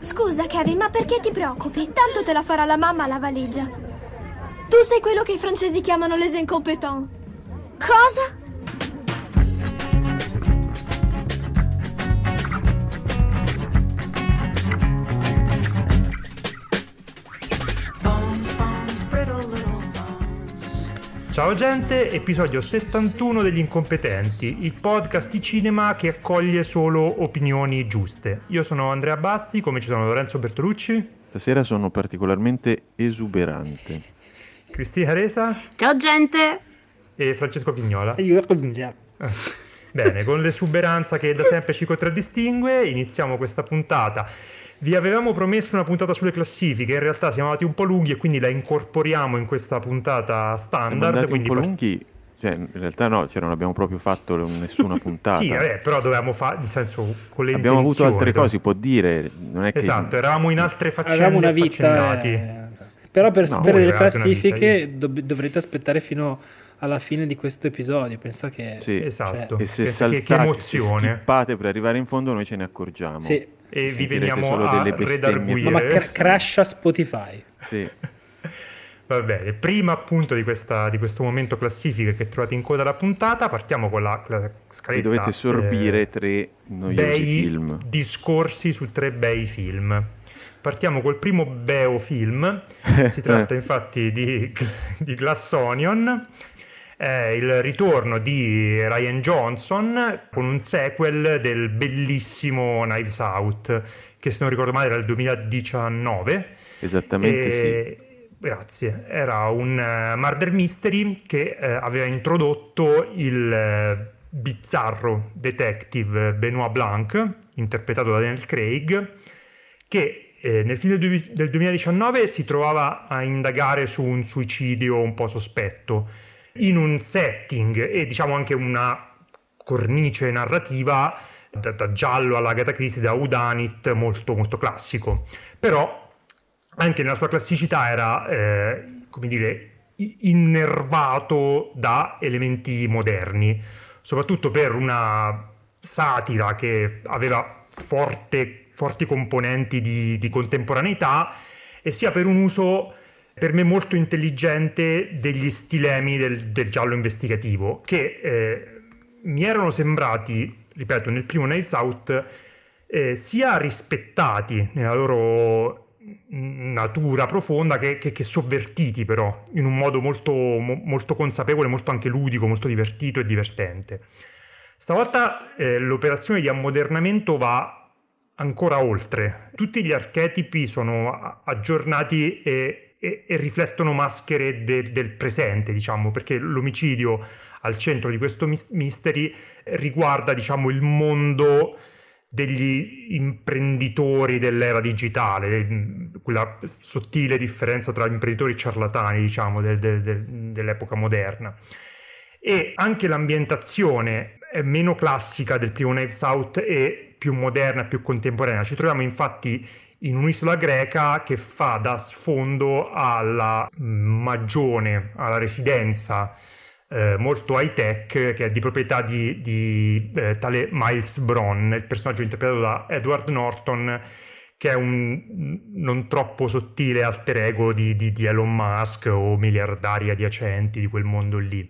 Scusa, Kevin, ma perché ti preoccupi? Tanto te la farà la mamma la valigia. Tu sei quello che i francesi chiamano les incompetents. Cosa? Ciao gente, episodio 71 degli Incompetenti, il podcast di cinema che accoglie solo opinioni giuste. Io sono Andrea Basti, come ci sono Lorenzo Bertolucci. Stasera sono particolarmente esuberante. Cristina Resa. Ciao gente. E Francesco Pignola. Bene, con l'esuberanza che da sempre ci contraddistingue, iniziamo questa puntata. Vi avevamo promesso una puntata sulle classifiche, in realtà siamo andati un po' lunghi e quindi la incorporiamo in questa puntata standard. Siamo andati quindi un po' lunghi, cioè in realtà no, non abbiamo proprio fatto nessuna puntata. Sì, però dovevamo fare, nel senso, con le abbiamo avuto altre cose, si può dire, non è che... Esatto, eravamo in altre faccende. Avevamo una vita, però per sapere delle classifiche dovrete aspettare fino alla fine di questo episodio. Pensa che... Sì, esatto. E se saltate, che emozione. Se skippate per arrivare in fondo, noi ce ne accorgiamo. Sì. E vi veniamo solo a delle bestemmie. Ma crasha Spotify. Sì. Va bene, prima appunto di questo momento classifiche che trovate in coda alla puntata, partiamo con la scaletta. Vi dovete sorbire 3 noiosi film. Discorsi su 3 bei film. Partiamo col primo beo film. Si tratta infatti di Glass Onion. È il ritorno di Rian Johnson con un sequel del bellissimo Knives Out, che se non ricordo male era il 2019. Esattamente, sì. Grazie. Era un murder mystery che aveva introdotto il bizzarro detective Benoit Blanc, interpretato da Daniel Craig, che nel film del 2019 si trovava a indagare su un suicidio un po' sospetto, in un setting e diciamo anche una cornice narrativa da giallo all'Agatha Christie, da whodunit molto molto classico. Però anche nella sua classicità era come dire innervato da elementi moderni, soprattutto per una satira che aveva forti componenti di contemporaneità, e sia per un uso per me molto intelligente degli stilemi del giallo investigativo, che mi erano sembrati, ripeto, nel primo Knives Out sia rispettati nella loro natura profonda che sovvertiti, però in un modo molto, molto consapevole, molto anche ludico, molto divertito e divertente. Stavolta l'operazione di ammodernamento va ancora oltre. Tutti gli archetipi sono aggiornati e riflettono maschere del presente, diciamo, perché l'omicidio al centro di questo mystery riguarda, diciamo, il mondo degli imprenditori dell'era digitale, quella sottile differenza tra imprenditori ciarlatani, diciamo, dell'epoca moderna. E anche l'ambientazione è meno classica del primo Knives Out e più moderna, più contemporanea. Ci troviamo infatti in un'isola greca che fa da sfondo alla magione, alla residenza molto high tech, che è di proprietà di tale Miles Bron, il personaggio interpretato da Edward Norton, che è un non troppo sottile alter ego di Elon Musk o miliardari adiacenti di quel mondo lì.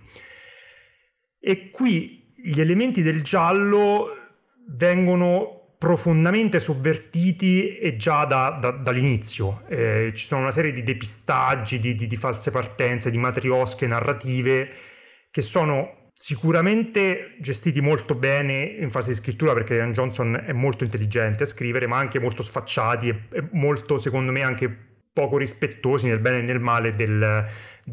E qui gli elementi del giallo vengono profondamente sovvertiti e già dall'inizio. Ci sono una serie di depistaggi, di false partenze, di matriosche narrative che sono sicuramente gestiti molto bene in fase di scrittura, perché Rian Johnson è molto intelligente a scrivere, ma anche molto sfacciati e molto, secondo me, anche poco rispettosi nel bene e nel male del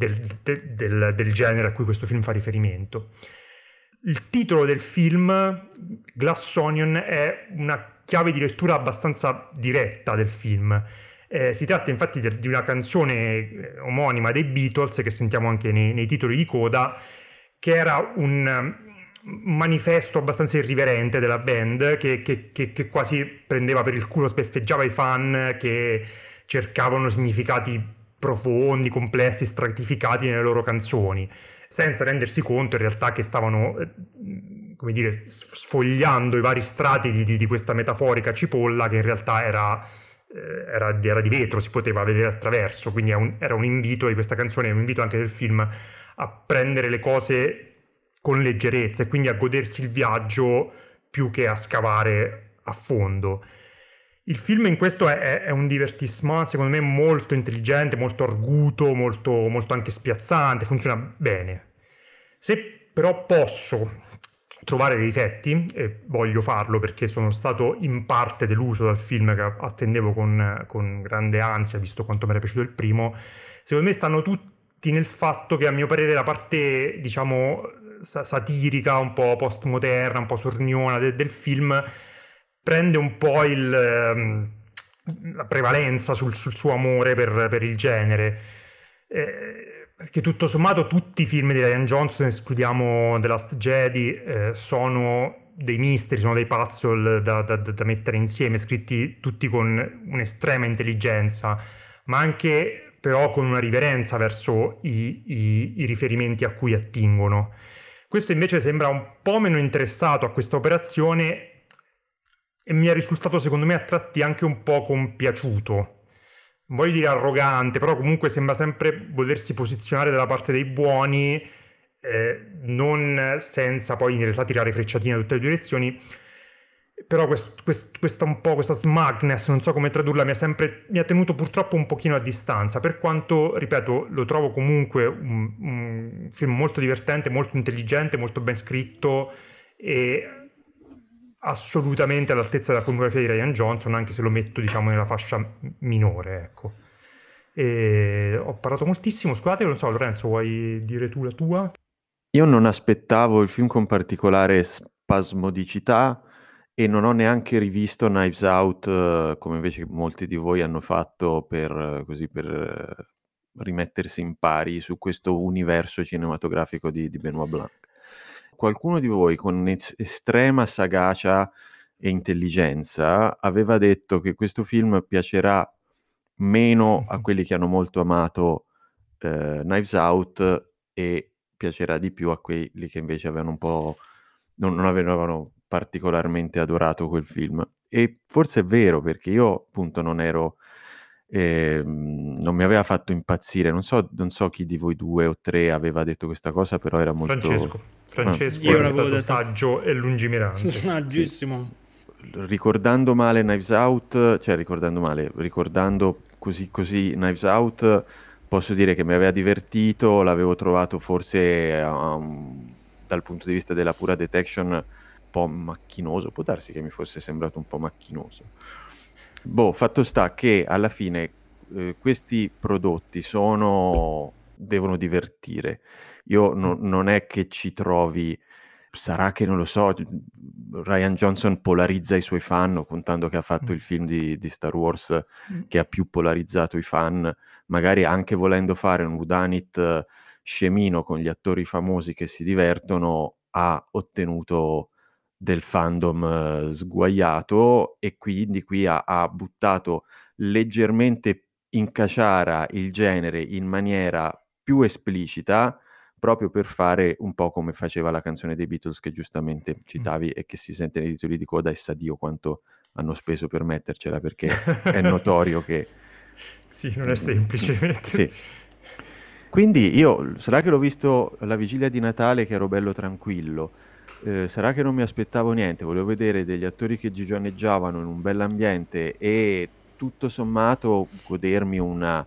genere a cui questo film fa riferimento. Il titolo del film, Glass Onion, è una chiave di lettura abbastanza diretta del film. Si tratta infatti di una canzone omonima dei Beatles, che sentiamo anche nei titoli di coda, che era un manifesto abbastanza irriverente della band, che quasi prendeva per il culo, sbeffeggiava i fan che cercavano significati profondi, complessi, stratificati nelle loro canzoni, senza rendersi conto in realtà che stavano, come dire, sfogliando i vari strati di questa metaforica cipolla, che in realtà era era di vetro, si poteva vedere attraverso, quindi era un invito di questa canzone, è un invito anche del film a prendere le cose con leggerezza e quindi a godersi il viaggio più che a scavare a fondo. Il film in questo è un divertissement, secondo me, molto intelligente, molto arguto, molto anche spiazzante, funziona bene. Se però posso trovare dei difetti, e voglio farlo perché sono stato in parte deluso dal film che attendevo con grande ansia, visto quanto mi era piaciuto il primo, secondo me stanno tutti nel fatto che, a mio parere, la parte, diciamo, satirica, un po' postmoderna, un po' sorniona del film prende un po' la prevalenza sul suo amore per il genere. Perché tutto sommato tutti i film di Rian Johnson, escludiamo The Last Jedi, sono dei misteri, sono dei puzzle da mettere insieme, scritti tutti con un'estrema intelligenza, ma anche però con una riverenza verso i riferimenti a cui attingono. Questo invece sembra un po' meno interessato a questa operazione e mi è risultato, secondo me, a tratti anche un po' compiaciuto. Non voglio dire arrogante, però comunque sembra sempre volersi posizionare dalla parte dei buoni, non senza poi in realtà tirare frecciatine da tutte le direzioni. Però questa smugness, non so come tradurla, mi ha tenuto purtroppo un pochino a distanza, per quanto, ripeto, lo trovo comunque un film molto divertente, molto intelligente, molto ben scritto e assolutamente all'altezza della filmografia di Rian Johnson, anche se lo metto, diciamo, nella fascia minore, ecco. E ho parlato moltissimo, scusate, non so, Lorenzo, vuoi dire tu la tua? Io non aspettavo il film con particolare spasmodicità e non ho neanche rivisto Knives Out, come invece molti di voi hanno fatto per rimettersi in pari su questo universo cinematografico di Benoît Blanc. Qualcuno di voi con estrema sagacia e intelligenza aveva detto che questo film piacerà meno a quelli che hanno molto amato Knives Out e piacerà di più a quelli che invece avevano un po' non avevano particolarmente adorato quel film. E forse è vero, perché io appunto non mi aveva fatto impazzire. Non so chi di voi 2 o 3 aveva detto questa cosa, però era molto... Francesco io è stato saggio e lungimirante. Saggissimo. Sì. Ricordando male Knives Out, ricordando così Knives Out, posso dire che mi aveva divertito, l'avevo trovato forse dal punto di vista della pura detection un po' macchinoso, può darsi che mi fosse sembrato un po' macchinoso. Fatto sta che alla fine questi prodotti devono divertire. Io non è che ci trovi, sarà che non lo so, Rian Johnson polarizza i suoi fan, contando che ha fatto il film di Star Wars che ha più polarizzato i fan, magari anche volendo fare un whodunit scemino con gli attori famosi che si divertono, ha ottenuto del fandom sguaiato, e quindi qui ha buttato leggermente in caciara il genere in maniera più esplicita, proprio per fare un po' come faceva la canzone dei Beatles che giustamente citavi e che si sente nei titoli di coda, e sa Dio quanto hanno speso per mettercela, perché è notorio che... Sì, non è semplice. Sì. Quindi io, sarà che l'ho visto la vigilia di Natale che ero bello tranquillo, sarà che non mi aspettavo niente, volevo vedere degli attori che gigioneggiavano in un bell'ambiente e tutto sommato godermi una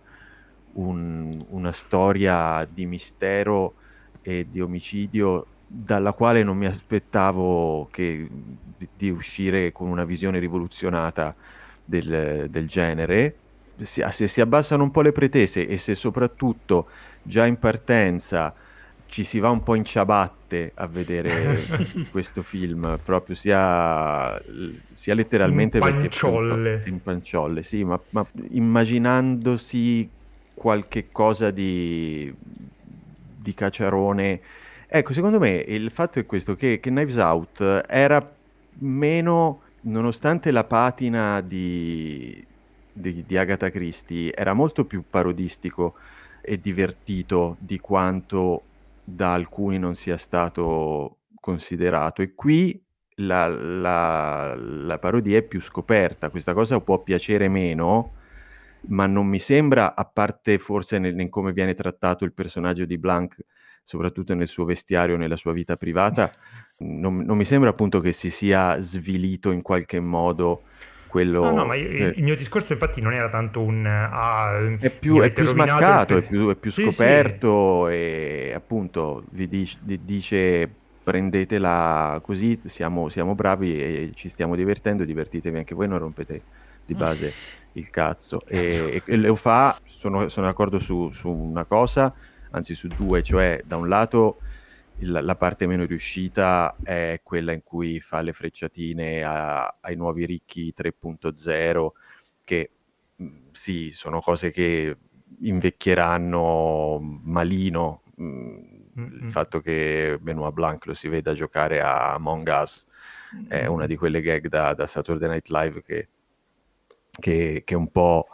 storia di mistero e di omicidio dalla quale non mi aspettavo di uscire con una visione rivoluzionata del genere. Se si abbassano un po' le pretese e se soprattutto già in partenza ci si va un po' in ciabatte a vedere questo film, proprio sia letteralmente in panciolle, sì, ma immaginandosi qualche cosa di caciarone. Ecco, secondo me il fatto è questo, che Knives Out era meno, nonostante la patina di Agatha Christie, era molto più parodistico e divertito di quanto da alcuni non sia stato considerato, e qui la parodia è più scoperta. Questa cosa può piacere meno, ma non mi sembra, a parte forse nel come viene trattato il personaggio di Blanc, soprattutto nel suo vestiario, nella sua vita privata, non mi sembra appunto che si sia svilito in qualche modo quello... No, ma il mio discorso infatti non era tanto un... è più smaccato, è più Sì, scoperto, e appunto vi dice prendetela così, siamo bravi e ci stiamo divertendo, divertitevi anche voi, non rompete di base il cazzo. E lo fa, sono d'accordo su una cosa, anzi su due, cioè da un lato la parte meno riuscita è quella in cui fa le frecciatine ai nuovi ricchi 3.0, che sì, sono cose che invecchieranno malino. Il fatto che Benoit Blanc lo si veda giocare a Among Us è una di quelle gag da Saturday Night Live che un po'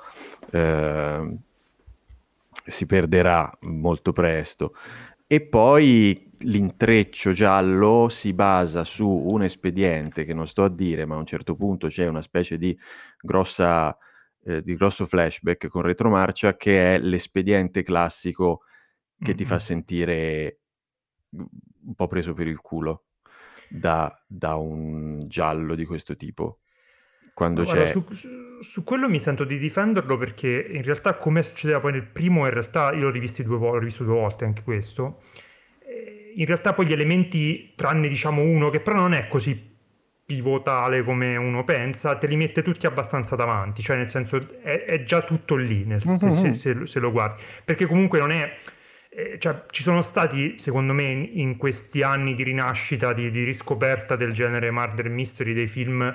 si perderà molto presto. E poi l'intreccio giallo si basa su un espediente che non sto a dire, ma a un certo punto c'è una specie di grosso flashback con retromarcia, che è l'espediente classico che ti fa sentire un po' preso per il culo da un giallo di questo tipo. Quando c'è... Su quello mi sento di difenderlo, perché in realtà, come succedeva poi nel primo, in realtà io l'ho rivisto due volte anche questo. In realtà poi gli elementi, tranne diciamo uno che però non è così pivotale come uno pensa, te li mette tutti abbastanza davanti, cioè nel senso è già tutto lì se lo guardi, perché comunque non è... cioè, ci sono stati, secondo me, in questi anni di rinascita, di riscoperta del genere murder mystery, dei film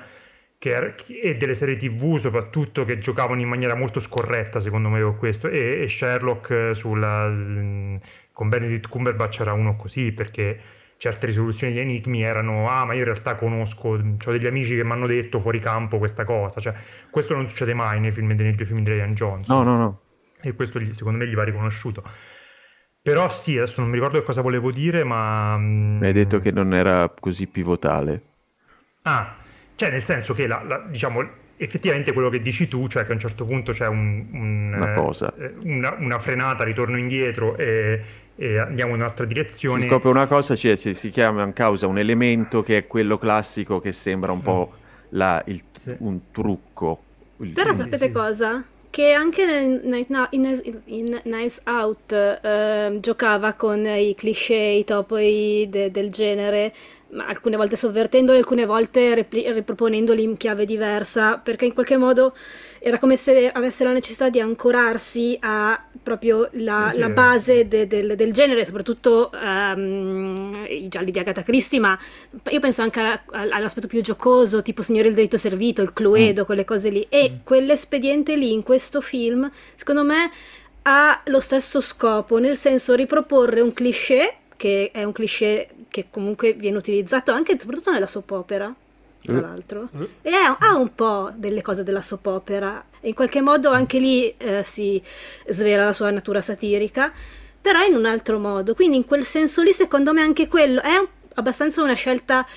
e delle serie TV soprattutto, che giocavano in maniera molto scorretta, secondo me, con questo, e Sherlock con Benedict Cumberbatch era uno così, perché certe risoluzioni di enigmi erano ma io in realtà conosco, ho degli amici che mi hanno detto fuori campo questa cosa, cioè questo non succede mai nei due film di Ryan Johnson. No. E questo secondo me gli va riconosciuto. Però sì, adesso non mi ricordo che cosa volevo dire, ma... Mi hai detto che non era così pivotale. Cioè nel senso che diciamo, effettivamente quello che dici tu, cioè che a un certo punto c'è una cosa, una frenata, ritorno indietro e andiamo in un'altra direzione. Si scopre una cosa, si chiama in causa un elemento che è quello classico, che sembra un po' un trucco. Però sapete cosa? Che anche in Knives Out giocava con i cliché, i topoi del genere, ma alcune volte sovvertendoli, alcune volte riproponendoli in chiave diversa, perché in qualche modo era come se avesse la necessità di ancorarsi a proprio la base del genere, soprattutto i gialli di Agatha Christie, ma io penso anche all'aspetto più giocoso, tipo Signore del Delitto Servito, il Cluedo, quelle cose lì, e quell'espediente lì in questo film, secondo me, ha lo stesso scopo, nel senso riproporre un cliché, che è un cliché che comunque viene utilizzato anche soprattutto nella soap opera, tra l'altro, e ha un po' delle cose della soap opera, e in qualche modo anche lì si svela la sua natura satirica, però in un altro modo, quindi in quel senso lì secondo me anche quello è abbastanza una scelta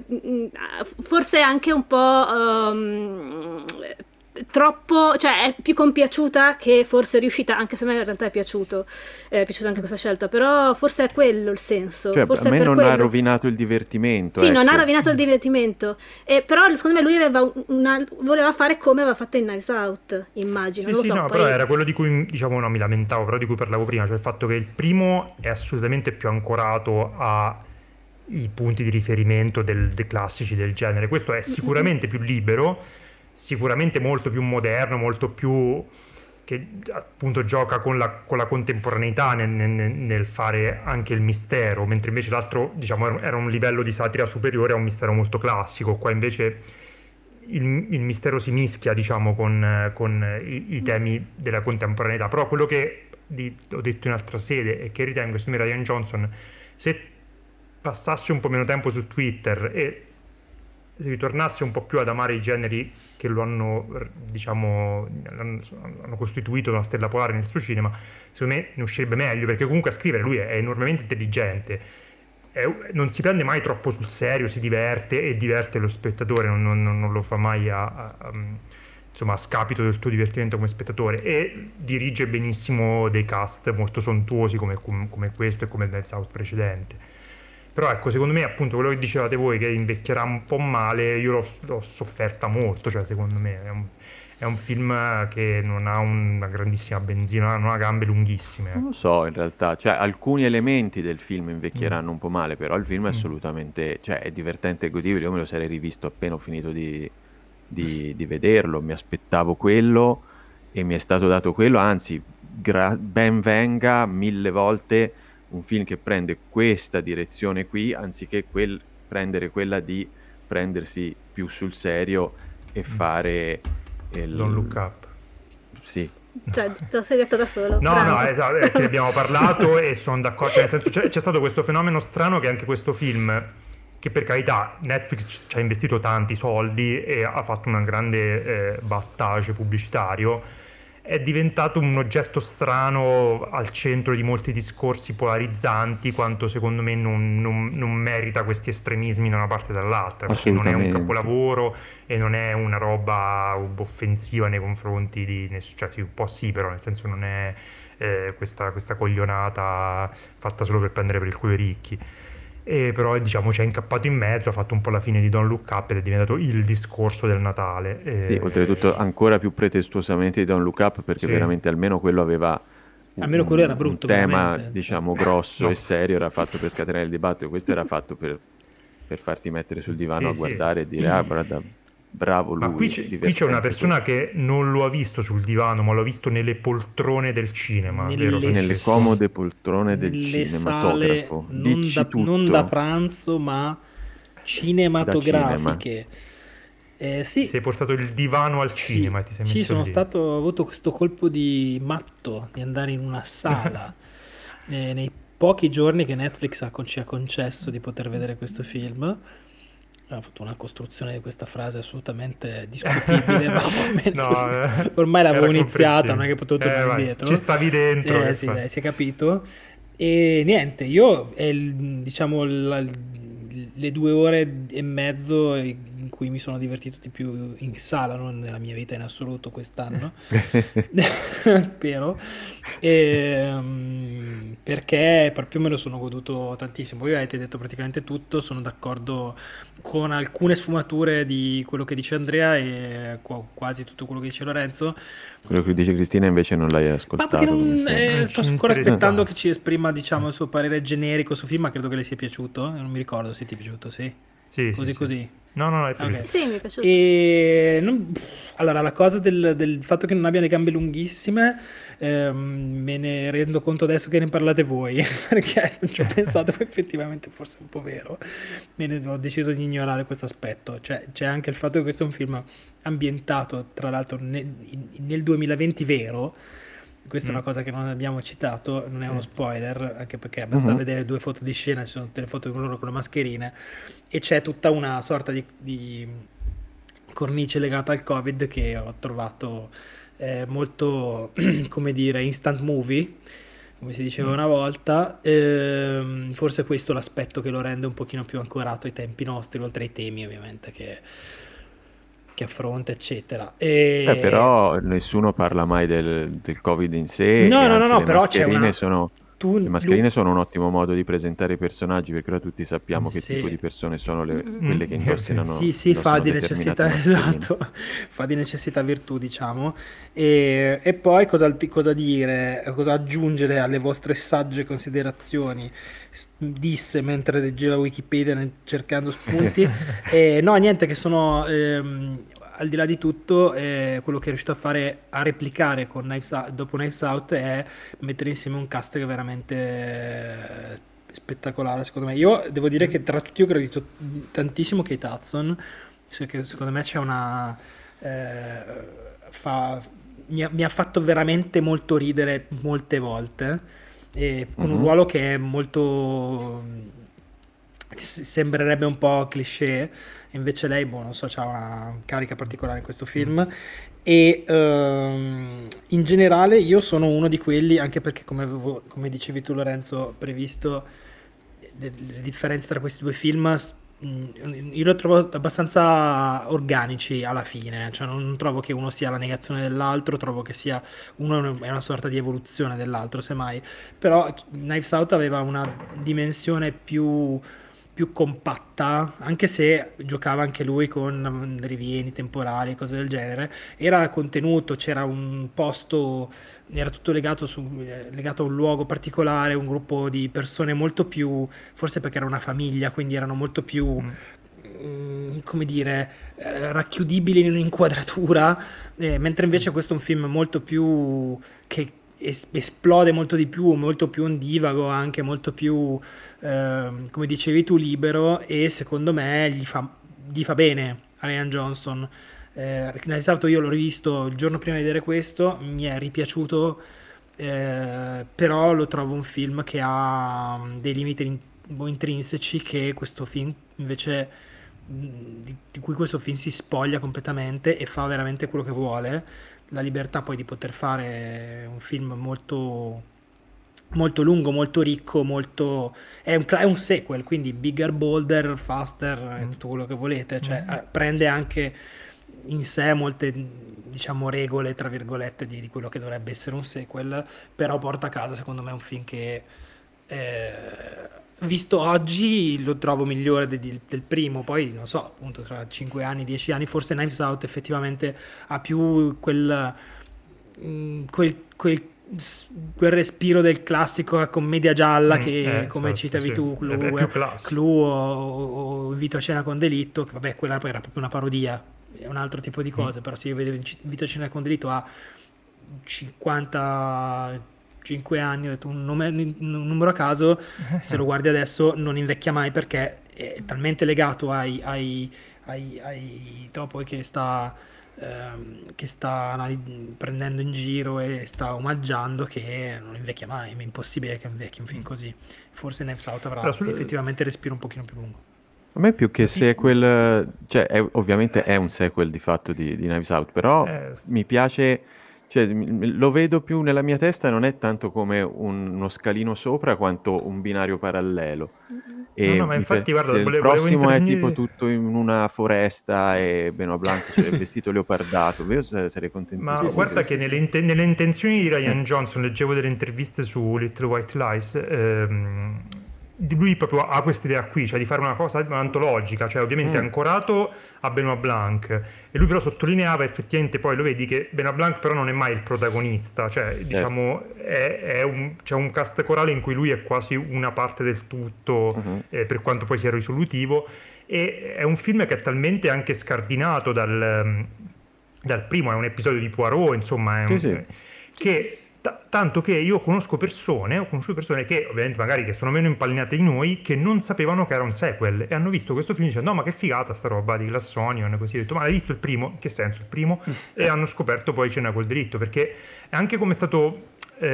forse anche un po' troppo, cioè è più compiaciuta che forse è riuscita, anche se a me in realtà è piaciuta anche questa scelta, però forse è quello il senso, cioè, forse a me per non quello. ha rovinato il divertimento, sì, ecco. Non ha rovinato il divertimento, però secondo me lui voleva fare come aveva fatto in Knives Out, immagino. Non lo so, no, poi... però era quello di cui, diciamo, no, mi lamentavo, però di cui parlavo prima, cioè il fatto che il primo è assolutamente più ancorato ai punti di riferimento dei classici del genere. Questo è sicuramente più libero, sicuramente molto più moderno, molto più che appunto gioca con la contemporaneità nel fare anche il mistero, mentre invece l'altro, diciamo, era un livello di satira superiore a un mistero molto classico. Qua invece il mistero si mischia, diciamo, con i temi della contemporaneità. Però quello che ho detto in altra sede e che ritengo, secondo me, Ryan Johnson, se passasse un po' meno tempo su Twitter e si ritornasse un po' più ad amare i generi che lo hanno, diciamo, hanno costituito una stella polare nel suo cinema, secondo me ne uscirebbe meglio, perché comunque a scrivere lui è enormemente intelligente, non si prende mai troppo sul serio, si diverte e diverte lo spettatore, non lo fa mai insomma, a scapito del tuo divertimento come spettatore, e dirige benissimo dei cast molto sontuosi come questo e come il Knives Out precedente. Però ecco, secondo me, appunto, quello che dicevate voi, che invecchierà un po' male, io l'ho sofferta molto, cioè secondo me è un film che non ha una grandissima benzina, non ha gambe lunghissime. Non lo so, in realtà, cioè alcuni elementi del film invecchieranno un po' male, però il film è assolutamente, cioè è divertente e godibile. Io me lo sarei rivisto appena ho finito di vederlo, mi aspettavo quello e mi è stato dato quello, anzi ben venga 1000 volte un film che prende questa direzione qui, anziché prendere quella di prendersi più sul serio e fare Don't Look Up. Sì. Cioè, te lo sei detto da solo. No, esatto, perché ne abbiamo parlato e sono d'accordo, nel senso c'è stato questo fenomeno strano che anche questo film, che per carità Netflix ci ha investito tanti soldi e ha fatto un grande battage pubblicitario, è diventato un oggetto strano al centro di molti discorsi polarizzanti, quanto secondo me non merita questi estremismi da una parte e dall'altra, perché non è un capolavoro e non è una roba offensiva nei confronti cioè un po' sì, però nel senso non è questa coglionata fatta solo per prendere per il culo i ricchi. Però diciamo ci è incappato in mezzo, ha fatto un po' la fine di Don't Look Up ed è diventato il discorso del Natale. Sì, oltretutto ancora più pretestuosamente di Don't Look Up, perché veramente almeno quello aveva quello era brutto, un tema veramente. diciamo grosso e serio, era fatto per scatenare il dibattito. Questo era fatto per farti mettere sul divano a guardare e dire guarda, bravo lui. Ma qui c'è una persona che non lo ha visto sul divano, ma l'ha visto nelle poltrone del cinema, nelle comode poltrone del cinematografo. Non da pranzo, ma cinematografiche. Sì. Sei portato il divano al cinema e ti sei messo lì. Ho avuto questo colpo di matto di andare in una sala nei pochi giorni che Netflix ci ha concesso di poter vedere questo film. Ha fatto una costruzione di questa frase assolutamente discutibile, ma ormai l'avevo iniziata, non è che potevo tornare indietro. Ci stavi dentro. Sì, dai, si è capito. E niente, io diciamo le 2 ore e mezzo in cui mi sono divertito di più in sala, non nella mia vita in assoluto quest'anno, spero, perché proprio me lo sono goduto tantissimo. Voi avete detto praticamente tutto, sono d'accordo con alcune sfumature di quello che dice Andrea e quasi tutto quello che dice Lorenzo. Quello che dice Cristina invece non l'hai ascoltato. Ma perché sto ancora aspettando che ci esprima, diciamo, il suo parere generico su film, ma credo che le sia piaciuto. Non mi ricordo se ti è piaciuto, sì. Così. No, è okay. Sì, mi è piaciuto. Allora, la cosa del fatto che non abbia le gambe lunghissime, me ne rendo conto adesso che ne parlate voi, perché non ci ho pensato, ma effettivamente forse è un po' vero. Ho deciso di ignorare questo aspetto. Cioè, c'è anche il fatto che questo è un film ambientato, tra l'altro, nel 2020 vero. Questa è una cosa che non abbiamo citato, non è uno spoiler, anche perché basta vedere 2 foto di scena, ci sono tutte le foto di loro con le mascherine e c'è tutta una sorta di cornice legata al Covid che ho trovato molto, come dire, instant movie, come si diceva una volta. Forse questo è l'aspetto che lo rende un pochino più ancorato ai tempi nostri, oltre ai temi ovviamente che affronta, eccetera. Però nessuno parla mai del Covid in sé. No, però le mascherine sono un ottimo modo di presentare i personaggi, perché ora tutti sappiamo che tipo di persone sono quelle che indossinano. Sì, fa di necessità, esatto, fa di necessità virtù, diciamo. E poi cosa dire, cosa aggiungere alle vostre sagge considerazioni? Disse mentre leggeva Wikipedia cercando spunti. No, niente, che sono al di là di tutto quello che è riuscito a fare, a replicare con dopo Knives Out, è mettere insieme un cast che è veramente spettacolare, secondo me. Io devo dire che tra tutti io credito tantissimo Kate Hudson, che secondo me c'è una mi ha fatto veramente molto ridere molte volte, con un ruolo che è molto, che sembrerebbe un po' cliché, invece lei, non so, c'ha una carica particolare in questo film. E in generale io sono uno di quelli, anche perché come dicevi tu Lorenzo, previsto, le differenze tra questi due film, io lo trovo abbastanza organici alla fine, cioè non trovo che uno sia la negazione dell'altro, trovo che sia uno è una sorta di evoluzione dell'altro, semmai. Però Knives Out aveva una dimensione più compatta, anche se giocava anche lui con rivieni temporali e cose del genere. Era contenuto, c'era un posto, era tutto legato a un luogo particolare, un gruppo di persone molto più, forse perché era una famiglia, quindi erano molto più, come dire, racchiudibili in un'inquadratura, mentre invece questo è un film molto più che esplode molto di più, molto più ondivago, anche molto più, come dicevi tu, libero, e secondo me gli fa bene a Rian Johnson. Knives Out io l'ho rivisto il giorno prima di vedere questo, mi è ripiaciuto, però lo trovo un film che ha dei limiti intrinseci che questo film invece di cui questo film si spoglia completamente e fa veramente quello che vuole. La libertà poi di poter fare un film molto, molto lungo, molto ricco, è un sequel, quindi bigger, bolder, faster, tutto quello che volete, cioè prende anche in sé molte, diciamo, regole, tra virgolette, di quello che dovrebbe essere un sequel, però porta a casa secondo me un film che visto oggi lo trovo migliore del primo. Poi non so, appunto tra 5 anni, 10 anni forse Knives Out effettivamente ha più quel respiro del classico commedia gialla che, come esatto, citavi sì. tu, È più classico. Clue o Invito a cena con delitto, che vabbè, quella poi era proprio una parodia, è un altro tipo di cose, però se io vedo Invito a cena con delitto a 55 anni, ho detto un numero a caso, se lo guardi adesso non invecchia mai perché è talmente legato ai topoi che sta prendendo in giro e sta omaggiando, che non invecchia mai. È impossibile che invecchi un film così. Forse Knives Out avrà effettivamente respiro un pochino più lungo. A me più che sequel, cioè ovviamente è un sequel di fatto di Knives Out, però mi piace, cioè lo vedo più nella mia testa, non è tanto come uno scalino sopra quanto un binario parallelo. E no, ma infatti guarda, il prossimo è tipo tutto in una foresta e Benoît Blanc c'è il vestito leopardato, io sarei contentissimo. Ma guarda che nelle intenzioni di Rian Johnson, leggevo delle interviste su Little White Lies, lui proprio ha questa idea qui, cioè di fare una cosa antologica, cioè ovviamente ancorato a Benoît Blanc, e lui però sottolineava effettivamente, poi lo vedi che Benoît Blanc però non è mai il protagonista, cioè diciamo c'è un cast corale in cui lui è quasi una parte del tutto, per quanto poi sia risolutivo, e è un film che è talmente anche scardinato dal primo, è un episodio di Poirot, insomma, che tanto che io ho conosciuto persone che ovviamente magari che sono meno impallinate di noi, che non sapevano che era un sequel e hanno visto questo film dicendo no, ma che figata sta roba di Glass Onion, così. Ho detto ma hai visto il primo? In che senso il primo? E hanno scoperto poi Cena col delitto, perché anche come è stato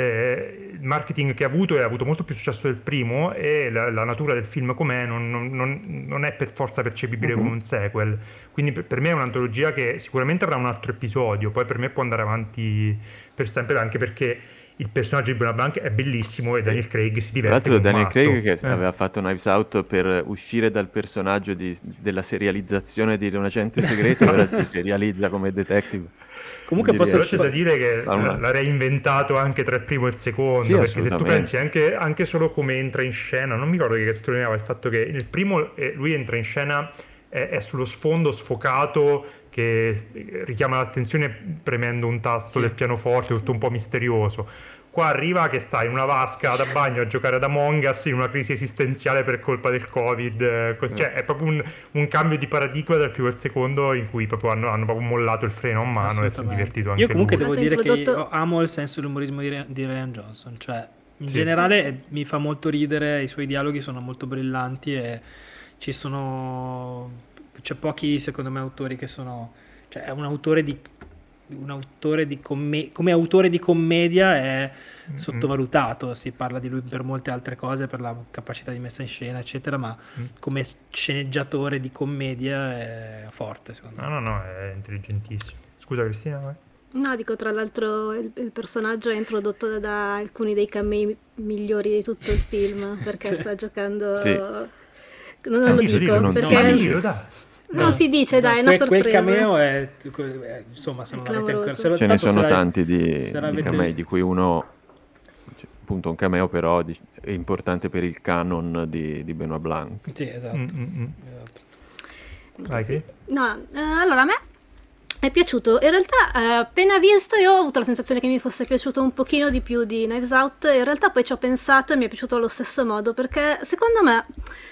il marketing che ha avuto, e ha avuto molto più successo del primo, e la natura del film com'è non è per forza percepibile come un sequel, quindi per me è un'antologia che sicuramente avrà un altro episodio, poi per me può andare avanti per sempre, anche perché il personaggio di Benoît Blanc è bellissimo e Daniel Craig si diverte. Tra l'altro Daniel Craig che aveva fatto Knives Out per uscire dal personaggio della serializzazione di un agente segreto, ora si serializza come detective. Comunque c'è da dire che l'ha reinventato anche tra il primo e il secondo, sì, perché se tu pensi anche solo come entra in scena, non mi ricordo che sottolineava il fatto che nel primo lui entra in scena, è sullo sfondo sfocato che richiama l'attenzione premendo un tasto del pianoforte, tutto un po' misterioso. Qua arriva che sta in una vasca da bagno a giocare ad Among Us in una crisi esistenziale per colpa del Covid, cioè è proprio un cambio di paradigma dal primo al secondo, in cui proprio hanno proprio mollato il freno a mano e si è divertito anche io comunque lui. devo dire che io amo il senso dell'umorismo di Rian Johnson, cioè in generale mi fa molto ridere, i suoi dialoghi sono molto brillanti e c'è pochi secondo me autori che sono, cioè è un autore come autore di commedia è sottovalutato, si parla di lui per molte altre cose, per la capacità di messa in scena eccetera, ma come sceneggiatore di commedia è forte secondo me. No, è intelligentissimo. Scusa Cristina, vai. No, dico, tra l'altro il personaggio è introdotto da alcuni dei camei migliori di tutto il film, perché Sì. sta giocando... Sì. Non lo dico, non perché... si dice. Dillo, dai. Non si dice, dai, è una Quel sorpresa. cameo è, insomma, se È non l'avete ancora... clamoroso. Ce ne sono tanti se di l'avete- camei, di cui uno, cioè, appunto un cameo però è importante per il canon di Benoit Blanc. Sì, esatto. Esatto. Vai, Sì. che? No, allora a me è piaciuto. In realtà, appena visto, io ho avuto la sensazione che mi fosse piaciuto un pochino di più di Knives Out. In realtà poi ci ho pensato e mi è piaciuto allo stesso modo, perché secondo me,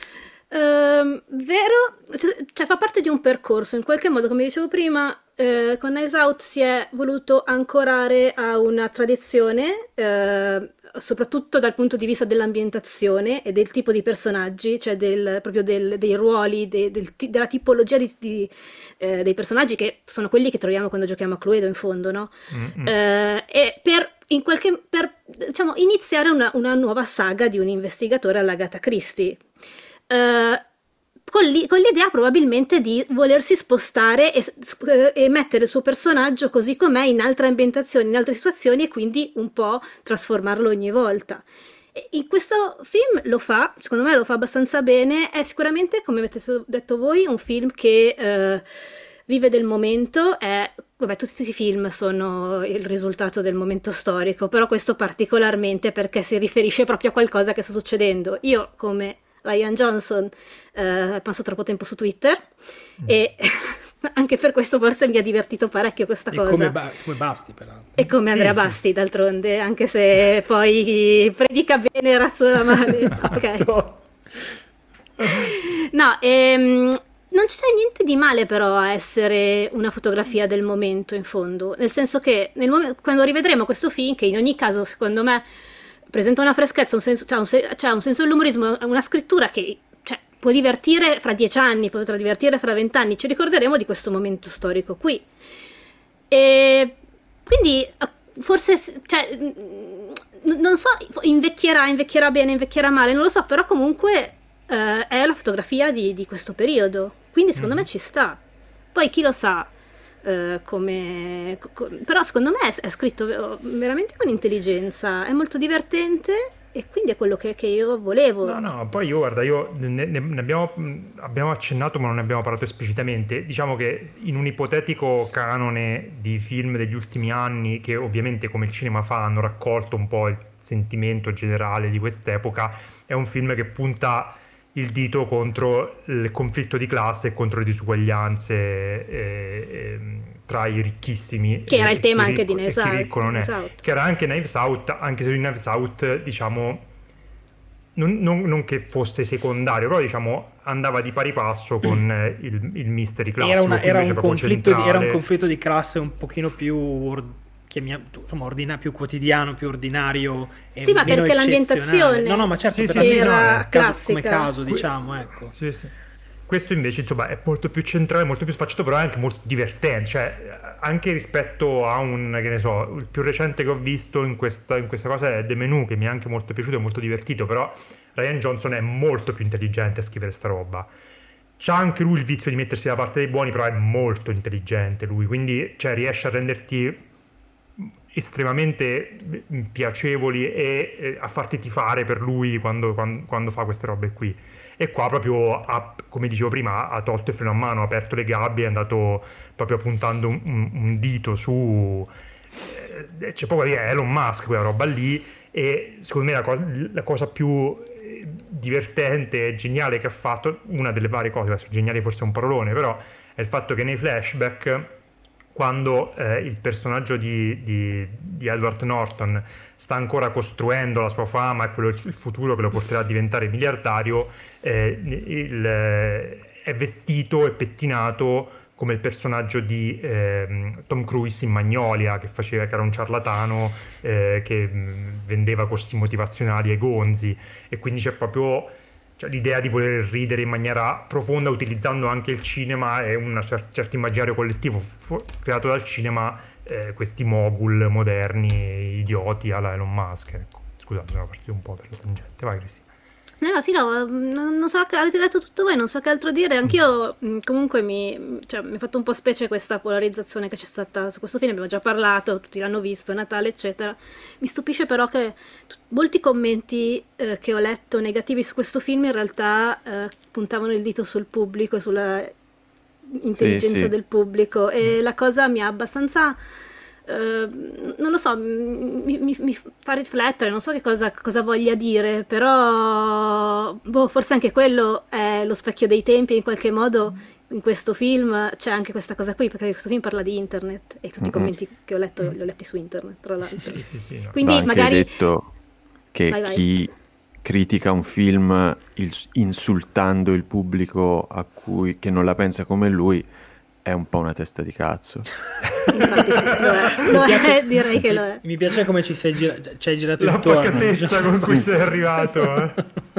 cioè fa parte di un percorso. In qualche modo, come dicevo prima, con Knives Out si è voluto ancorare a una tradizione, soprattutto dal punto di vista dell'ambientazione e del tipo di personaggi, cioè proprio dei ruoli, della tipologia dei personaggi, che sono quelli che troviamo quando giochiamo a Cluedo in fondo, no? E per diciamo, iniziare una nuova saga di un investigatore all'Agatha Christie. Con l'idea probabilmente di volersi spostare e mettere il suo personaggio così com'è in altre ambientazioni, in altre situazioni, e quindi un po' trasformarlo ogni volta. E in questo film lo fa, secondo me lo fa abbastanza bene. È sicuramente, come avete detto voi, un film che vive del momento. Vabbè, tutti i film sono il risultato del momento storico, però questo particolarmente, perché si riferisce proprio a qualcosa che sta succedendo. Io, come Ryan Johnson, passo troppo tempo su Twitter e anche per questo forse mi ha divertito parecchio questa cosa. Come Basti, peraltro. E come Andrea Sì. Basti, d'altronde, anche se poi predica bene e razzola male. Ok. No, non c'è niente di male però a essere una fotografia del momento, in fondo, nel senso che quando rivedremo questo film, che in ogni caso secondo me presenta una freschezza, un senso dell'umorismo, una scrittura che, cioè, può divertire fra 10 anni, potrà divertire fra 20 anni, ci ricorderemo di questo momento storico qui. E quindi forse, cioè, non so, invecchierà bene, invecchierà male, non lo so, però comunque è la fotografia di questo periodo, quindi secondo me ci sta. Poi chi lo sa, però secondo me è scritto veramente con intelligenza, è molto divertente e quindi è quello che io volevo. No, poi guarda, ne abbiamo accennato ma non ne abbiamo parlato esplicitamente. Diciamo che in un ipotetico canone di film degli ultimi anni, che ovviamente come il cinema fa hanno raccolto un po' il sentimento generale di quest'epoca, è un film che punta il dito contro il conflitto di classe e contro le disuguaglianze tra i ricchissimi, che era il tema anche di Knives Knives Out, chi ricco non è, esatto. che era anche Knives Out, anche se in Knives Out, diciamo, non che fosse secondario, però diciamo andava di pari passo con il mystery classico. Era un centrale. conflitto di classe un pochino più più quotidiano, più ordinario e sì, ma meno perché eccezionale. l'ambientazione No, ma certo, sì, per sì, era come classica. caso, diciamo, ecco. Sì. Questo invece, insomma, è molto più centrale, molto più sfacciato, però è anche molto divertente, cioè anche rispetto a che ne so, il più recente che ho visto in questa cosa è The Menu, che mi è anche molto piaciuto e molto divertito, però Ryan Johnson è molto più intelligente a scrivere sta roba. C'ha anche lui il vizio di mettersi dalla parte dei buoni, però è molto intelligente lui, quindi cioè, riesce a renderti estremamente piacevoli e a farti tifare per lui quando fa queste robe qui. E qua proprio, come dicevo prima, ha tolto il freno a mano, ha aperto le gabbie, è andato proprio puntando un dito su... c'è poco da dire, è Elon Musk, quella roba lì, e secondo me la cosa più divertente e geniale che ha fatto, una delle varie cose, adesso geniale forse è un parolone, però è il fatto che nei flashback, quando il personaggio di Edward Norton sta ancora costruendo la sua fama e il futuro che lo porterà a diventare miliardario, è vestito e pettinato come il personaggio di Tom Cruise in Magnolia, che era un ciarlatano che vendeva corsi motivazionali ai gonzi, e quindi c'è proprio... Cioè, l'idea di voler ridere in maniera profonda utilizzando anche il cinema e un certo immaginario collettivo creato dal cinema, questi mogul moderni idioti alla Elon Musk, ecco. Scusate, sono partito un po' per la tangente. Vai, Cristina. No, sì, no, non so, avete detto tutto voi, non so che altro dire. Anch'io comunque mi ha fatto un po' specie questa polarizzazione che c'è stata su questo film, abbiamo già parlato, tutti l'hanno visto, è Natale, eccetera. Mi stupisce però che molti commenti che ho letto negativi su questo film in realtà puntavano il dito sul pubblico e sulla intelligenza sì. del pubblico, e la cosa mi ha abbastanza... non lo so, mi fa riflettere, non so che cosa voglia dire, però forse anche quello è lo specchio dei tempi, in qualche modo in questo film c'è anche questa cosa qui, perché questo film parla di internet e tutti i commenti che ho letto li ho letti su internet, tra l'altro. Sì, no. Quindi Va anche magari detto che Vai. chi critica un film insultando il pubblico che non la pensa come lui è un po' una testa di cazzo. infatti sì, lo è, direi che lo è. Mi piace come ci hai girato La intorno. pacatezza con cui sei arrivato.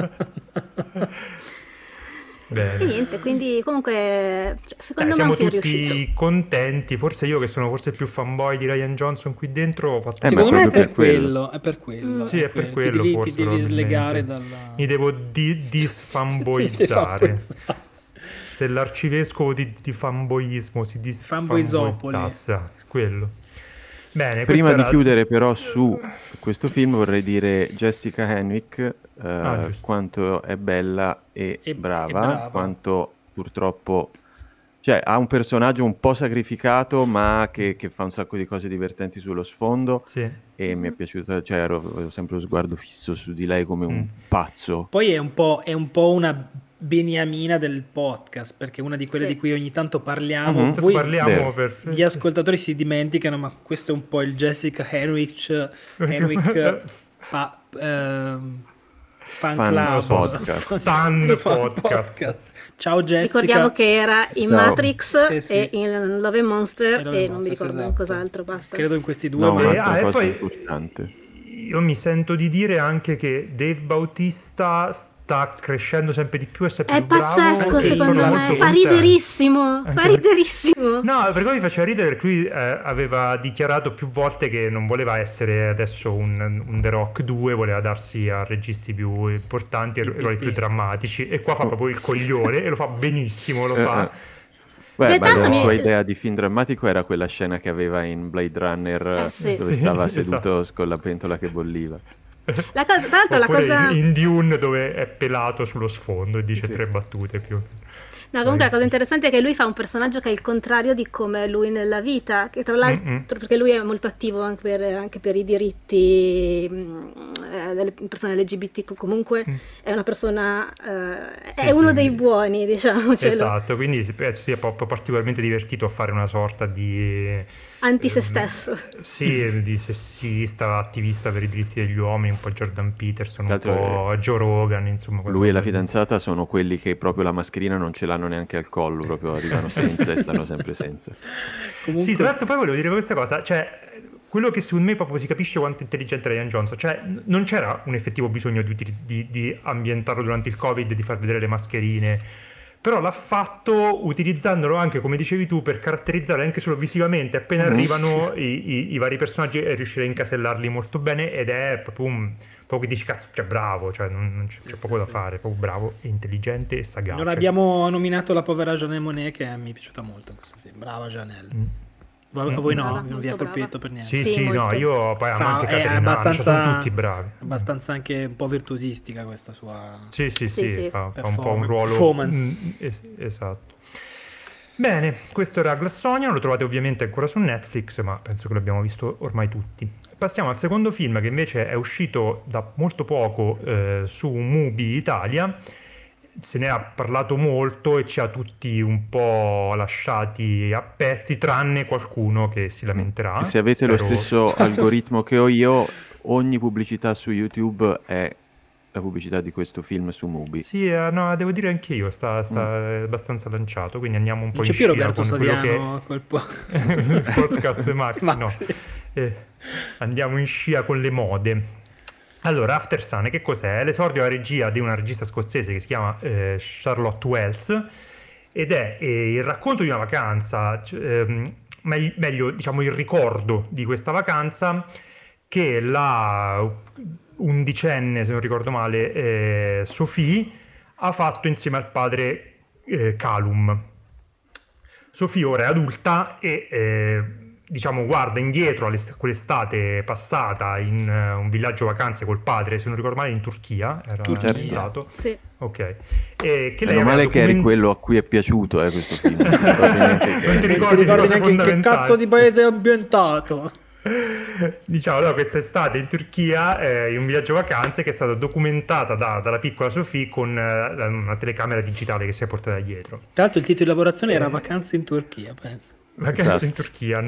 Bene. E niente, quindi comunque secondo me è Siamo un film tutti riuscito. contenti, forse io che sono forse il più fanboy di Rian Johnson qui dentro ho fatto ma Secondo me è proprio per per quello. quello, è per quello. Sì, è per quello, Ti devi, forse, ti devi slegare probabilmente. dalla... Mi devo disfanboizzare. Se l'arcivescovo di fanboyismo si disfanboizzasse, quello. Bene, Prima questa di chiudere però su questo film vorrei dire Jessica Henwick giusto. quanto è bella e brava, brava. quanto purtroppo cioè ha un personaggio un po' sacrificato ma che fa un sacco di cose divertenti sullo sfondo Sì. e mi è piaciuto, cioè avevo sempre lo sguardo fisso su di lei come un pazzo. Poi è un po' una beniamina del podcast, perché è una di quelle Sì. di cui ogni tanto parliamo. Mhm. Voi, Parliamo Vero. gli ascoltatori si dimenticano, ma questo è un po' il Jessica Henwick fan club podcast. Stan Fan podcast. Ciao Jessica. Ricordiamo che era in Ciao. Matrix Sì. e in Love and Monster E Love and e non mi Monsters, ricordo esatto. cos'altro, basta. Credo in questi due, No, ma un'altra e cosa poi importante. io mi sento di dire anche che Dave Bautista sta crescendo sempre di più e sempre È più bravo. pazzesco, Anche secondo sono me, molto fa contento. riderissimo, Anche fa perché- riderissimo. No, perché mi faceva ridere perché lui aveva dichiarato più volte che non voleva essere adesso un The Rock 2, voleva darsi a registi più importanti e ruoli più drammatici, e qua fa proprio il coglione e lo fa benissimo, lo fa. Beh, ma tanto la mi- sua idea di film drammatico era quella scena che aveva in Blade Runner Sì. dove Sì, stava esatto. seduto con la pentola che bolliva. Tra l'altro la Oppure cosa... in Dune dove è pelato sullo sfondo e dice Sì. 3 battute più. No, comunque la cosa Sì. interessante è che lui fa un personaggio che è il contrario di come è lui nella vita, che tra l'altro, Mm-mm. perché lui è molto attivo anche per i diritti delle persone LGBT, comunque è una persona, Sì, è uno sì. dei buoni, diciamo, Esatto, quindi penso sia proprio particolarmente divertito a fare una sorta di anti se stesso. sì, di sessista, attivista per i diritti degli uomini, un po' Jordan Peterson, un Tra l'altro, po' Joe Rogan, insomma. Lui e la qualcosa di- fidanzata sono quelli che proprio la mascherina non ce l'hanno neanche al collo, proprio arrivano senza e stanno sempre senza. comunque Sì, tra l'altro poi volevo dire questa cosa, cioè quello che secondo me proprio si capisce quanto è intelligente Rian Johnson, cioè non c'era un effettivo bisogno di ambientarlo durante il Covid, di far vedere le mascherine, però l'ha fatto utilizzandolo anche, come dicevi tu, per caratterizzare anche solo visivamente appena arrivano i vari personaggi e riuscire a incasellarli molto bene, ed è proprio proprio che dici cazzo, cioè bravo, cioè non c'è poco da fare, proprio bravo, intelligente e sagace. non abbiamo nominato la povera Janelle Monáe, che mi è piaciuta molto in questo film. Brava Janelle. A voi no, Brava, non vi ha molto colpito brava. per niente. Sì, Sì, sì, no, molto. io poi amo anche È Caterina Lancia, sono tutti bravi. abbastanza anche un po' virtuosistica questa sua... Sì, Sì. fa un po' un ruolo... performance. Esatto. Bene, questo era Glass Onion, lo trovate ovviamente ancora su Netflix, ma penso che l'abbiamo visto ormai tutti. Passiamo al secondo film, che invece è uscito da molto poco su Mubi Italia. Se ne ha parlato molto e ci ha tutti un po' lasciati a pezzi, tranne qualcuno che si lamenterà. E se avete lo Spero- stesso algoritmo che ho io, ogni pubblicità su YouTube è la pubblicità di questo film su Mubi. Sì, no, devo dire anche io, sta abbastanza lanciato, quindi andiamo un po' Non in c'è più scia Roberto con quello Saviano che quel po'. il podcast Max, no. Maxi. Andiamo in scia con le mode. Allora, After Sun, che cos'è? È l'esordio alla regia di una regista scozzese che si chiama Charlotte Wells, ed è il racconto di una vacanza, meglio, diciamo il ricordo di questa vacanza, che la undicenne, se non ricordo male, Sophie, ha fatto insieme al padre Calum. Sophie ora è adulta e diciamo guarda indietro a quell'estate passata in un villaggio vacanze col padre, se non ricordo male in Turchia era ambientato. Sì. Ok. Che meno male che eri quello a cui è piaciuto questo film. Non ti ricordi neanche in che cazzo di paese è ambientato. Diciamo, allora, quest'estate in Turchia in un viaggio vacanze che è stata documentata dalla piccola Sophie con una telecamera digitale che si è portata dietro. Tra l'altro il titolo di lavorazione era Vacanze in Turchia, penso. Vacanze in Turchia,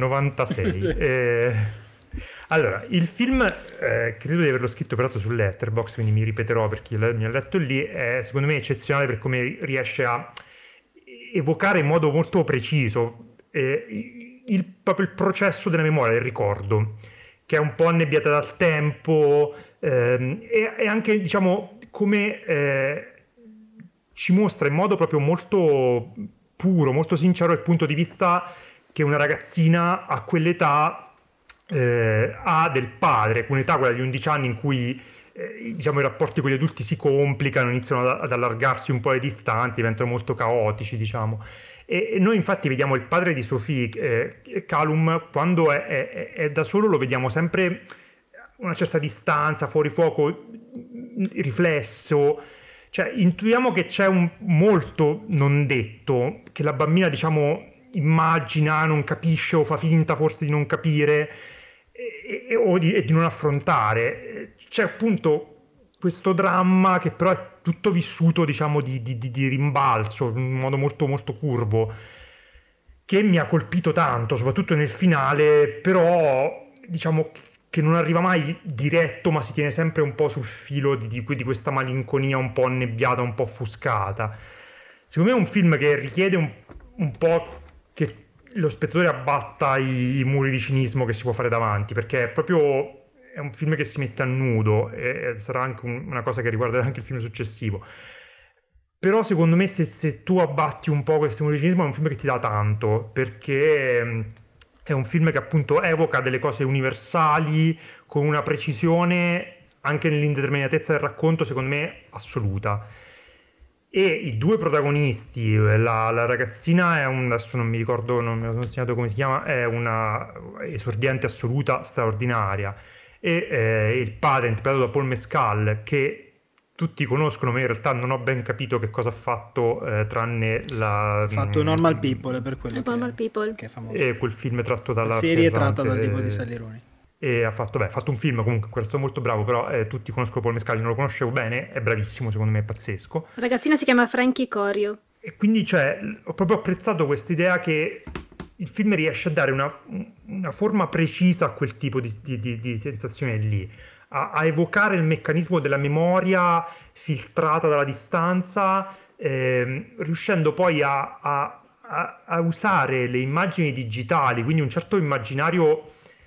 96. Allora, il film, credo di averlo scritto peraltro su Letterboxd, quindi mi ripeterò per chi mi ha letto lì, è secondo me eccezionale per come riesce a evocare in modo molto preciso proprio il processo della memoria, del ricordo, che è un po' annebbiata dal tempo, e anche, diciamo, come ci mostra in modo proprio molto puro, molto sincero il punto di vista che una ragazzina a quell'età ha del padre, un'età, quella di 11 anni, in cui diciamo i rapporti con gli adulti si complicano, iniziano ad allargarsi un po' le distanze, diventano molto caotici, diciamo. E noi infatti vediamo il padre di Sophie, Calum, quando è da solo lo vediamo sempre una certa distanza, fuori fuoco, riflesso. Cioè intuiamo che c'è un molto non detto, che la bambina, diciamo, immagina, non capisce o fa finta forse di non capire o di non affrontare. C'è appunto questo dramma che però è tutto vissuto, diciamo, di rimbalzo, in un modo molto molto curvo, che mi ha colpito tanto, soprattutto nel finale, però diciamo che non arriva mai diretto, ma si tiene sempre un po' sul filo di questa malinconia un po' annebbiata, un po' offuscata. Secondo me è un film che richiede un po' che lo spettatore abbatta i muri di cinismo che si può fare davanti, perché è un film che si mette a nudo, e sarà anche una cosa che riguarderà anche il film successivo. Però secondo me se tu abbatti un po' questo muri di cinismo è un film che ti dà tanto, perché è un film che appunto evoca delle cose universali con una precisione anche nell'indeterminatezza del racconto, secondo me, assoluta. E i due protagonisti, la ragazzina è adesso non mi ricordo, non mi ho segnato come si chiama, è una esordiente assoluta straordinaria, e il padre, interpretato da Paul Mescal, che tutti conoscono, ma in realtà non ho ben capito che cosa ha fatto, tranne ha fatto Normal People, per quello Normal People, che è famoso, e quel film tratto dalla serie tratta dal libro di Sallironi. E ha fatto un film comunque, questo è molto bravo, però tutti conoscono Paul Mescal, non lo conoscevo bene, è bravissimo, secondo me è pazzesco. La ragazzina si chiama Frankie Corio. E quindi, cioè, ho proprio apprezzato questa idea che il film riesce a dare una forma precisa a quel tipo di sensazione lì, a evocare il meccanismo della memoria filtrata dalla distanza, riuscendo poi a usare le immagini digitali, quindi un certo immaginario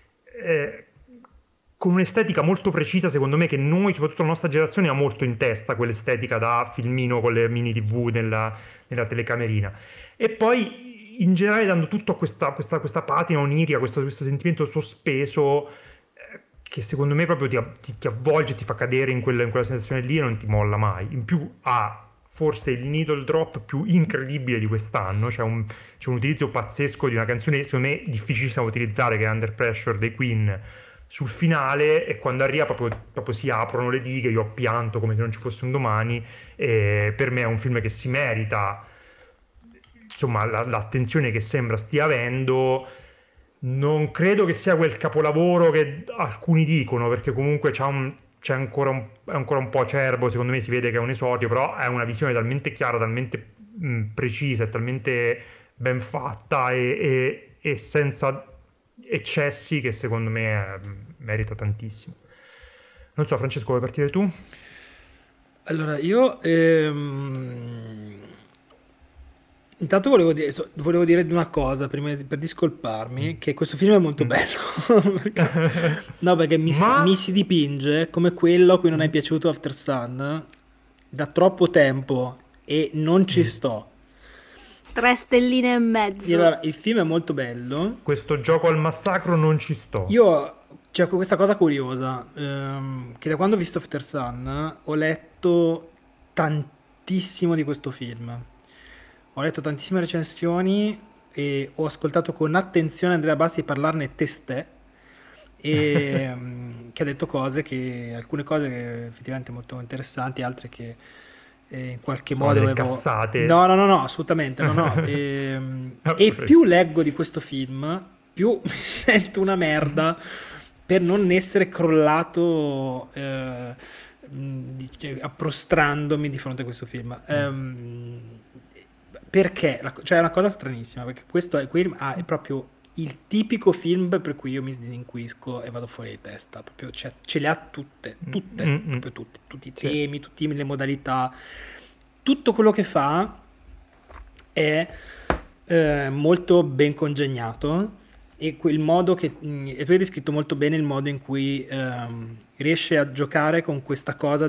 con un'estetica molto precisa, secondo me, che noi, soprattutto la nostra generazione, ha molto in testa, quell'estetica da filmino con le mini TV nella telecamerina, e poi in generale dando tutto a questa patina onirica, questo sentimento sospeso, che secondo me proprio ti avvolge, ti fa cadere in quella sensazione lì e non ti molla mai. In più ha forse il needle drop più incredibile di quest'anno, c'è un utilizzo pazzesco di una canzone secondo me difficilissima da utilizzare, che è Under Pressure dei Queen, sul finale, e quando arriva proprio si aprono le dighe, io ho pianto come se non ci fosse un domani, e per me è un film che si merita, insomma, l'attenzione che sembra stia avendo. Non credo che sia quel capolavoro che alcuni dicono, perché comunque è ancora un po' acerbo, secondo me si vede che è un esordio, però è una visione talmente chiara, talmente precisa e talmente ben fatta e senza eccessi, che secondo me merita tantissimo. Non so, Francesco, vuoi partire tu? Allora, io intanto volevo dire una cosa prima per discolparmi, che questo film è molto bello. perché mi si dipinge come quello a cui non è piaciuto After Sun da troppo tempo e non ci sto. 3 stelline e mezzo. Allora, il film è molto bello. Questo gioco al massacro non ci sto. Io C'è questa cosa curiosa, che da quando ho visto After Sun ho letto tantissimo di questo film. Ho letto tantissime recensioni e ho ascoltato con attenzione Andrea Bassi parlarne testè, e che ha detto alcune cose che effettivamente molto interessanti, altre che in qualche Sono modo delle avevo... cazzate. No, assolutamente no. E più leggo di questo film, più mi sento una merda per non essere crollato approstrandomi di fronte a questo film. Perché? Cioè è una cosa stranissima, perché questo è proprio il tipico film per cui io mi sdinquisco e vado fuori di testa, proprio, cioè, ce le ha tutte, proprio tutti i temi, tutte le modalità, tutto quello che fa è molto ben congegnato, e quel modo e tu hai descritto molto bene il modo in cui riesce a giocare con questa cosa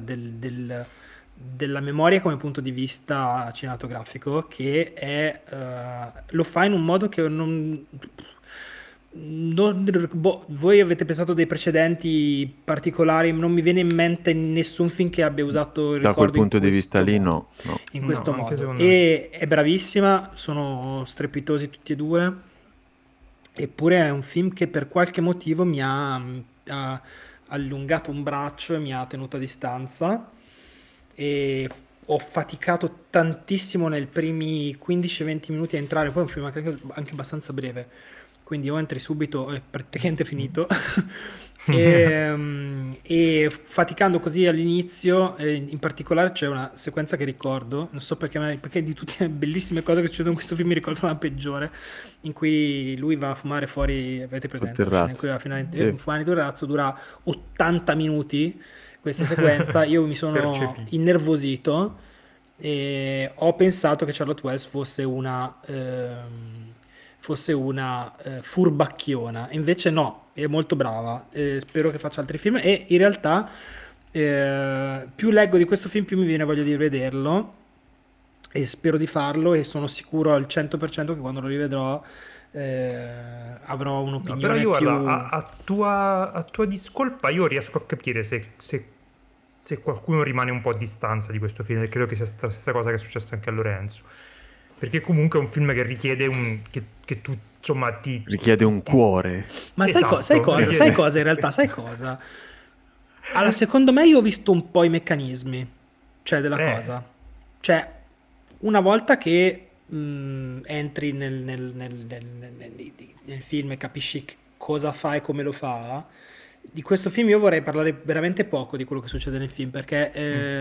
della memoria come punto di vista cinematografico, che è lo fa in un modo che voi avete pensato dei precedenti particolari, non mi viene in mente nessun film che abbia usato il Da quel ricordo punto di vista lì modo, no. in questo anche modo, secondo e è bravissima, sono strepitosi tutti e due, eppure è un film che per qualche motivo mi ha allungato un braccio e mi ha tenuto a distanza, e ho faticato tantissimo nei primi 15-20 minuti a entrare. Poi è un film anche abbastanza breve, quindi o entri subito è praticamente finito. E faticando così all'inizio, in particolare c'è una sequenza che ricordo, non so perché di tutte le bellissime cose che succedono in questo film mi ricordo la peggiore, in cui lui va a fumare fuori, avete presente? In cui va a fumare in terrazzo, dura 80 minuti questa sequenza. Io mi sono innervosito e ho pensato che Charlotte Wells fosse una furbacchiona, invece no, è molto brava, spero che faccia altri film, e in realtà più leggo di questo film più mi viene voglia di vederlo, e spero di farlo, e sono sicuro al 100% che quando lo rivedrò avrò un'opinione però io, più... guarda, a tua discolpa io riesco a capire se qualcuno rimane un po' a distanza di questo film, e credo che sia la stessa cosa che è successa anche a Lorenzo, perché comunque è un film che richiede che tu, insomma, richiede un cuore. Ma esatto, sai cosa in realtà? Sai cosa? Allora, secondo me io ho visto un po' i meccanismi, cioè, della cosa. Cioè, una volta che entri nel film e capisci cosa fa e come lo fa, di questo film io vorrei parlare veramente poco di quello che succede nel film, perché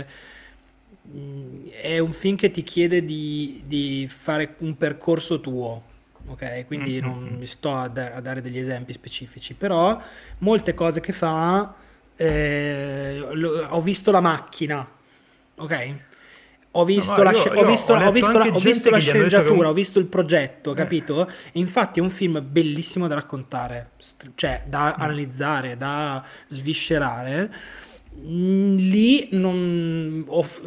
è un film che ti chiede di fare un percorso tuo, ok? Quindi non mi sto a dare degli esempi specifici, però molte cose che fa, ho visto la macchina, ok? Ho visto la sceneggiatura, ho visto il progetto, capito? E infatti è un film bellissimo da raccontare, cioè da analizzare, da sviscerare. Lì non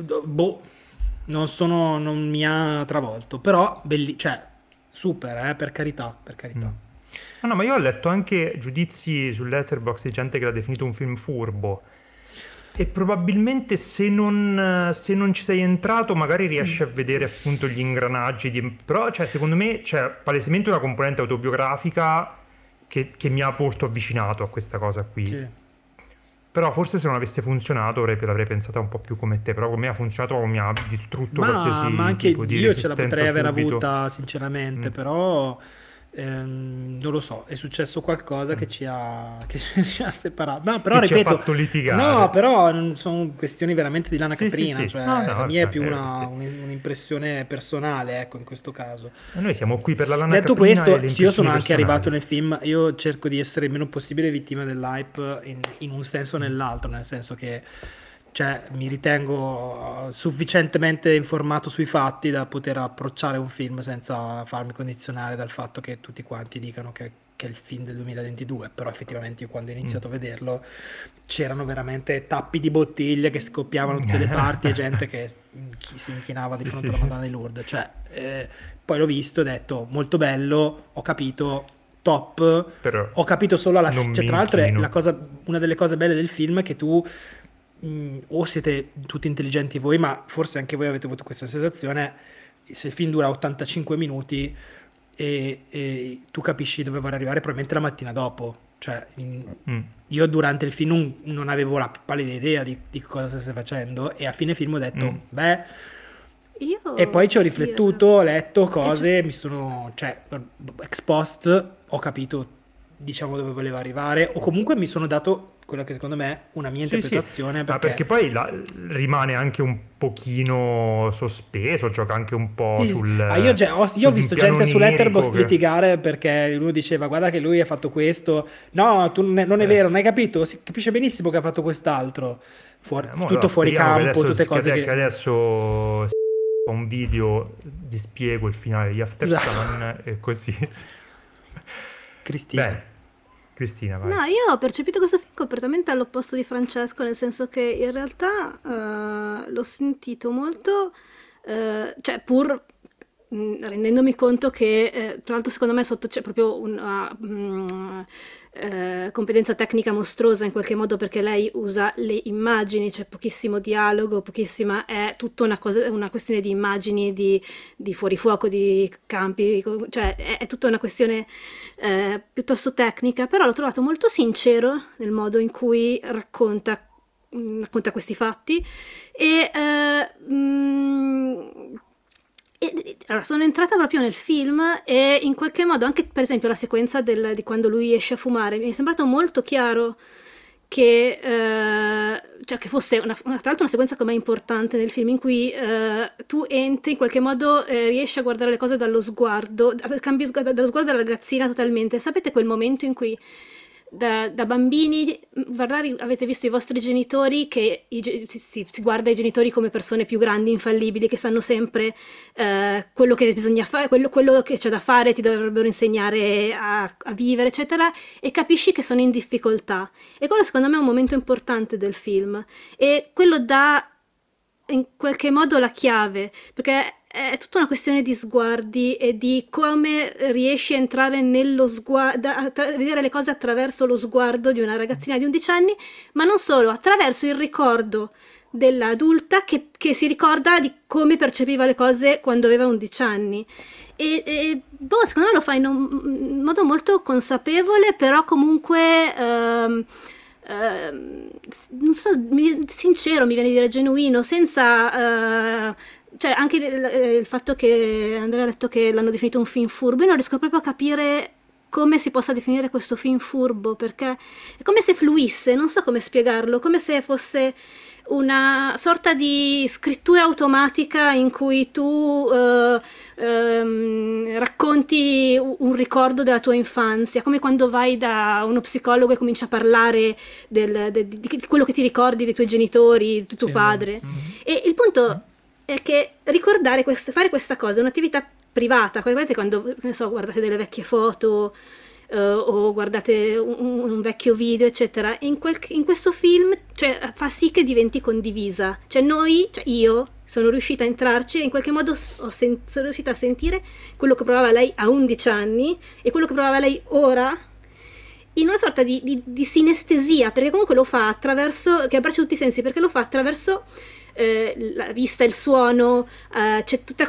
mi ha travolto, però cioè super, per carità. No, ma io ho letto anche giudizi su Letterboxd di gente che l'ha definito un film furbo, e probabilmente se non ci sei entrato magari riesci a vedere appunto gli ingranaggi però, cioè, secondo me c'è palesemente una componente autobiografica che mi ha molto avvicinato a questa cosa qui. Sì. Però forse se non avesse funzionato l'avrei pensata un po' più come te, però con me ha funzionato, mi ha distrutto qualsiasi ma anche tipo di io ce la potrei aver subito avuta sinceramente, però non lo so, è successo qualcosa che ci ha separato. No, però ripeto, ci ha fatto litigare. No, però sono questioni veramente di lana caprina, cioè la mia è più un'impressione personale, ecco, in questo caso. Noi siamo qui per la lana Detto caprina. Detto questo, io sono anche arrivato nel film, io cerco di essere il meno possibile vittima dell'hype in un senso o nell'altro, nel senso che, cioè, mi ritengo sufficientemente informato sui fatti da poter approcciare un film senza farmi condizionare dal fatto che tutti quanti dicano che è il film del 2022, però effettivamente io quando ho iniziato a vederlo c'erano veramente tappi di bottiglie che scoppiavano da tutte le parti e gente che si inchinava di fronte alla Madonna di Lourdes, cioè, poi l'ho visto e ho detto molto bello, ho capito, top. Però Ho capito solo alla non fine, mi cioè, tra l'altro è inchino. una delle cose belle del film è che tu o siete tutti intelligenti voi, ma forse anche voi avete avuto questa sensazione, se il film dura 85 minuti e tu capisci dove vorrei arrivare probabilmente la mattina dopo, cioè Mm. io durante il film non avevo la più pallida idea di cosa stesse facendo, e a fine film ho detto Mm. beh, Io e poi ci ho sì, riflettuto, ho letto che c'è- cose, mi sono, cioè, ex post ho capito, diciamo, dove voleva arrivare, o comunque mi sono dato quella che secondo me è una mia Sì, sì, interpretazione, ma perché poi rimane anche un pochino sospeso, gioca anche un po' Sì, sì, sì. sul Io ho sul visto piano gente su onirico Letterboxd che- litigare perché uno diceva guarda che lui ha fatto questo, no, tu non è vero, non hai capito, si capisce benissimo che ha fatto quest'altro, mo, tutto no, fuori speriamo che campo, adesso, tutte cose che adesso fa un video vi spiego il finale di After Esatto. Sun e così. Cristina. Bene, Cristina, vai. No, io ho percepito questo film completamente all'opposto di Francesco, nel senso che in realtà l'ho sentito molto, cioè pur rendendomi conto che, tra l'altro secondo me sotto c'è proprio una competenza tecnica mostruosa in qualche modo, perché lei usa le immagini, c'è pochissimo dialogo, pochissima, è tutta una questione di immagini, di fuorifuoco, di campi, cioè è tutta una questione piuttosto tecnica, però l'ho trovato molto sincero nel modo in cui racconta questi fatti allora, sono entrata proprio nel film e in qualche modo anche per esempio la sequenza di quando lui esce a fumare mi è sembrato molto chiaro che, cioè che fosse tra l'altro una sequenza come importante nel film in cui tu entri in qualche modo, riesci a guardare le cose dallo sguardo, dallo sguardo della ragazzina totalmente. Sapete quel momento in cui da bambini magari avete visto i vostri genitori che si guarda i genitori come persone più grandi, infallibili, che sanno sempre quello che bisogna fare, quello che c'è da fare, ti dovrebbero insegnare a vivere, eccetera, e capisci che sono in difficoltà. E quello secondo me è un momento importante del film, e quello dà in qualche modo la chiave, perché è tutta una questione di sguardi e di come riesci a entrare nello sguardo, vedere le cose attraverso lo sguardo di una ragazzina di 11 anni, ma non solo, attraverso il ricordo dell'adulta che si ricorda di come percepiva le cose quando aveva 11 anni. Secondo me lo fa in un modo molto consapevole, però comunque non so, sincero, mi viene di dire genuino, senza cioè anche il fatto che Andrea ha detto che l'hanno definito un film furbo, io non riesco proprio a capire come si possa definire questo film furbo, perché è come se fluisse, non so come spiegarlo, come se fosse una sorta di scrittura automatica in cui tu racconti un ricordo della tua infanzia, come quando vai da uno psicologo e cominci a parlare di quello che ti ricordi dei tuoi genitori, di tuo padre. E il punto è che fare questa cosa è un'attività privata. Guardate quando, che ne so, guardate delle vecchie foto o guardate un vecchio video, eccetera, in questo film, cioè, fa sì che diventi condivisa. Cioè io sono riuscita a entrarci e in qualche modo sono riuscita a sentire quello che provava lei a 11 anni e quello che provava lei ora, in una sorta di sinestesia, perché comunque lo fa attraverso, che abbraccia tutti i sensi, perché lo fa attraverso la vista, il suono, c'è tutta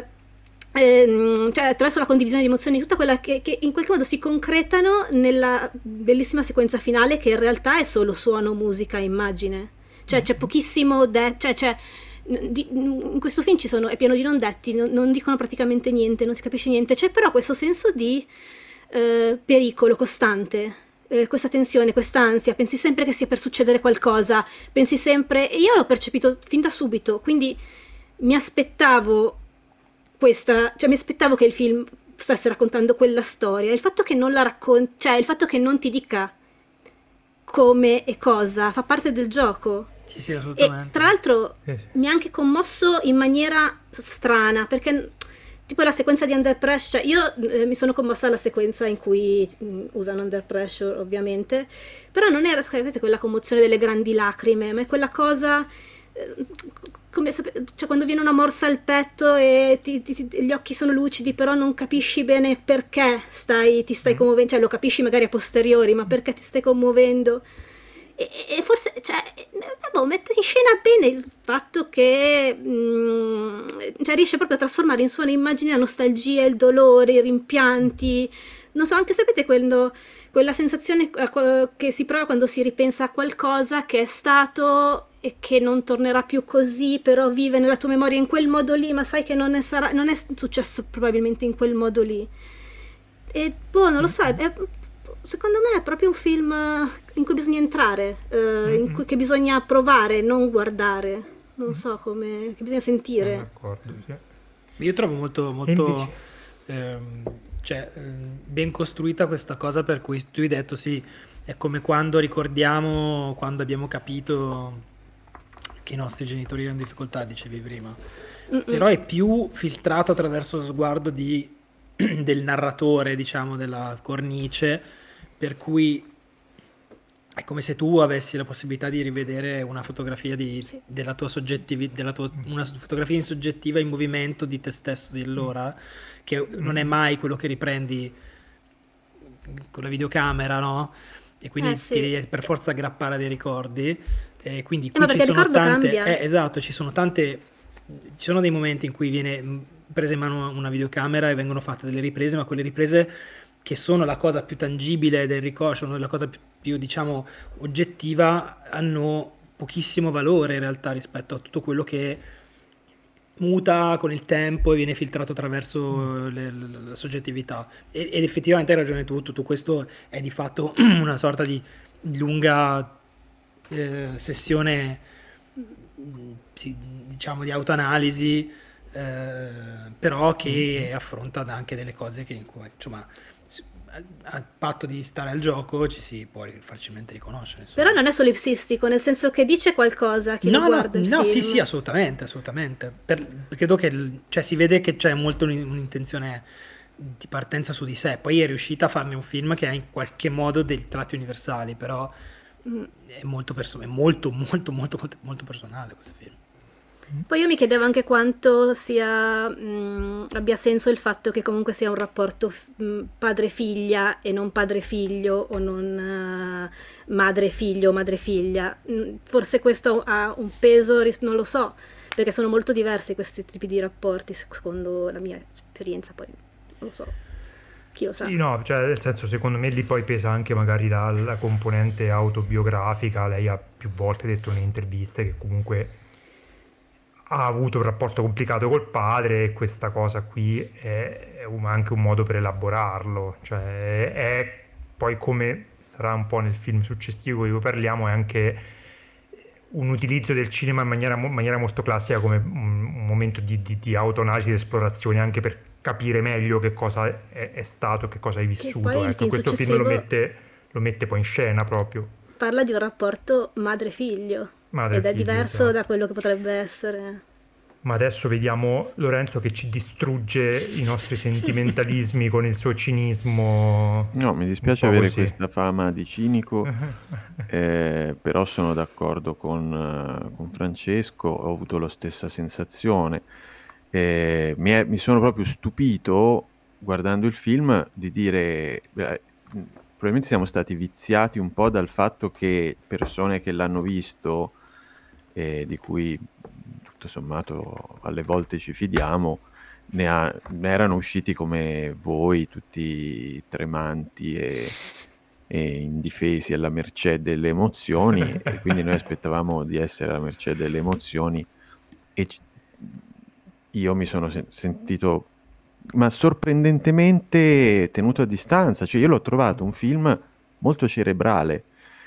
cioè attraverso la condivisione di emozioni, tutta quella che in qualche modo si concretano nella bellissima sequenza finale, che in realtà è solo suono, musica, immagine. Cioè c'è pochissimo in questo film è pieno di non detti, non dicono praticamente niente, non si capisce niente. C'è però questo senso di pericolo costante, questa tensione, questa ansia, pensi sempre che stia per succedere qualcosa, pensi sempre, e io l'ho percepito fin da subito, quindi mi aspettavo mi aspettavo che il film stesse raccontando quella storia. Il fatto che non la racconti, cioè il fatto che non ti dica come e cosa, fa parte del gioco. Sì, assolutamente. E tra l'altro mi ha anche commosso in maniera strana, perché tipo la sequenza di Under Pressure, io mi sono commossa alla sequenza in cui usano Under Pressure, ovviamente, però non era, sapete, quella commozione delle grandi lacrime, ma è quella cosa cioè quando viene una morsa al petto e gli occhi sono lucidi, però non capisci bene perché ti stai commuovendo, cioè lo capisci magari a posteriori, ma perché ti stai commuovendo. E forse, cioè, mette in scena bene il fatto che cioè riesce proprio a trasformare in sua immagine la nostalgia, il dolore, i rimpianti. Non so, anche sapete quella sensazione che si prova quando si ripensa a qualcosa che è stato e che non tornerà più così, però vive nella tua memoria in quel modo lì, ma sai che non è successo probabilmente in quel modo lì. E non lo so, secondo me è proprio un film in cui bisogna entrare, che bisogna provare, non guardare. Non so come, che bisogna sentire. D'accordo, sì. Io trovo molto ben costruita questa cosa, per cui tu hai detto sì, è come quando ricordiamo quando abbiamo capito che i nostri genitori erano in difficoltà, dicevi prima. Però è più filtrato attraverso lo sguardo del narratore, diciamo, della cornice, per cui è come se tu avessi la possibilità di rivedere una fotografia della tua una fotografia in soggettiva in movimento di te stesso di allora, che non è mai quello che riprendi con la videocamera, no? E quindi ti devi per forza aggrappare a dei ricordi, e quindi qui ci sono tante, esatto, ci sono dei momenti in cui viene presa in mano una videocamera e vengono fatte delle riprese, ma quelle riprese che sono la cosa più tangibile del ricordo, sono la cosa più diciamo oggettiva, hanno pochissimo valore in realtà rispetto a tutto quello che muta con il tempo e viene filtrato attraverso la soggettività. Ed effettivamente hai ragione tu, tutto questo è di fatto una sorta di lunga sessione diciamo di autoanalisi, però che affronta anche delle cose che insomma a patto di stare al gioco ci si può facilmente riconoscere, insomma. Però non è solipsistico, nel senso che dice qualcosa a chi lo guarda il film. Sì, assolutamente. Credo che si vede che c'è molto un'intenzione di partenza su di sé, poi è riuscita a farne un film che ha in qualche modo dei tratti universali, però è molto molto personale questo film. Poi io mi chiedevo anche quanto abbia senso il fatto che comunque sia un rapporto padre-figlia e non padre-figlio o non madre-figlio o madre-figlia. Forse questo ha un peso, non lo so, perché sono molto diversi questi tipi di rapporti secondo la mia esperienza, poi non lo so, chi lo sa. Sì, no, cioè nel senso, secondo me lì poi pesa anche magari la componente autobiografica. Lei ha più volte detto in interviste che comunque ha avuto un rapporto complicato col padre, e questa cosa qui è anche un modo per elaborarlo, cioè è poi, come sarà un po' nel film successivo di cui parliamo, è anche un utilizzo del cinema in maniera molto classica, come un momento di autoanalisi, di esplorazione, anche per capire meglio che cosa è stato, che cosa hai vissuto. Ecco, questo film lo mette poi in scena proprio. Parla di un rapporto madre-figlio. Ed è diverso, esatto, da quello che potrebbe essere. Ma adesso vediamo Lorenzo che ci distrugge i nostri sentimentalismi con il suo cinismo. No, mi dispiace avere questa fama di cinico, però sono d'accordo con Francesco, ho avuto la stessa sensazione. Mi sono proprio stupito, guardando il film, di dire... probabilmente siamo stati viziati un po' dal fatto che persone che l'hanno visto, di cui tutto sommato alle volte ci fidiamo, ne erano usciti come voi, tutti tremanti e indifesi, alla mercé delle emozioni, e quindi noi aspettavamo di essere alla mercé delle emozioni, e io mi sono sentito ma sorprendentemente tenuto a distanza. Cioè io l'ho trovato un film molto cerebrale,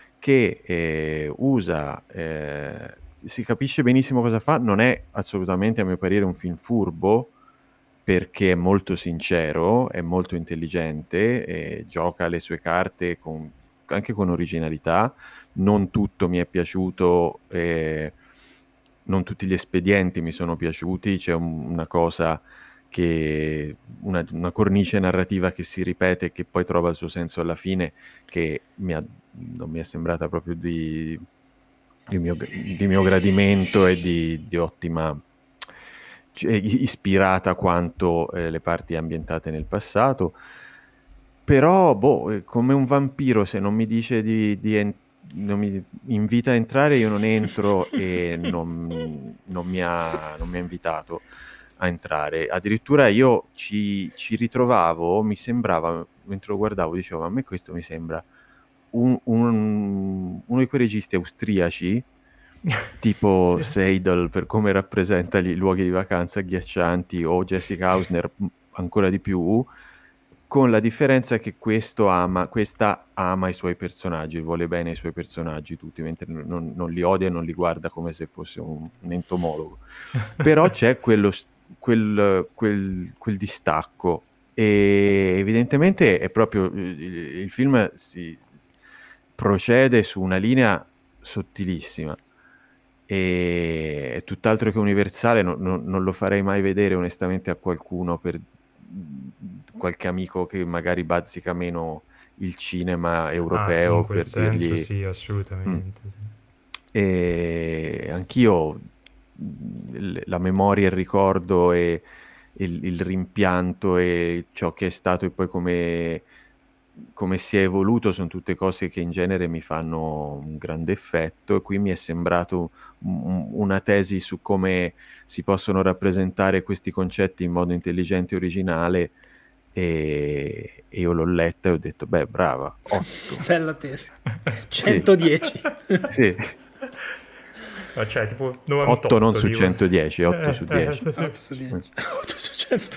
che usa, si capisce benissimo cosa fa, non è assolutamente, a mio parere, un film furbo, perché è molto sincero, è molto intelligente, gioca le sue carte anche con originalità. Non tutto mi è piaciuto, non tutti gli espedienti mi sono piaciuti, c'è una cosa che una cornice narrativa che si ripete e che poi trova il suo senso alla fine, che non mi è sembrata proprio di di mio gradimento e di ottima, cioè, ispirata quanto le parti ambientate nel passato. Però, come un vampiro, se non mi dice non mi invita a entrare, io non entro e non mi ha invitato a entrare. Addirittura io ci ritrovavo, mi sembrava, mentre lo guardavo, dicevo, a me questo mi sembra uno di quei registi austriaci, tipo Sì. Seidel, per come rappresenta i luoghi di vacanza agghiaccianti, o Jessica Hausner ancora di più, con la differenza che questa ama i suoi personaggi, vuole bene ai suoi personaggi tutti, mentre non li odia e non li guarda come se fosse un entomologo. Però c'è quel distacco, e evidentemente è proprio il film procede su una linea sottilissima, e è tutt'altro che universale. Non lo farei mai vedere onestamente a qualcuno, per qualche amico che magari bazzica meno il cinema Sì, europeo, in quel per senso dirgli. sì, assolutamente. E anch'io la memoria, il ricordo e il rimpianto e ciò che è stato e poi come si è evoluto sono tutte cose che in genere mi fanno un grande effetto, e qui mi è sembrato una tesi su come si possono rappresentare questi concetti in modo intelligente e originale, e io l'ho letta e ho detto, beh, brava, 8. Bella testa. 110. Sì. Cioè tipo 98, 8 non su tipo. 110, 8 su 10. 8 su 10. 8 su 100.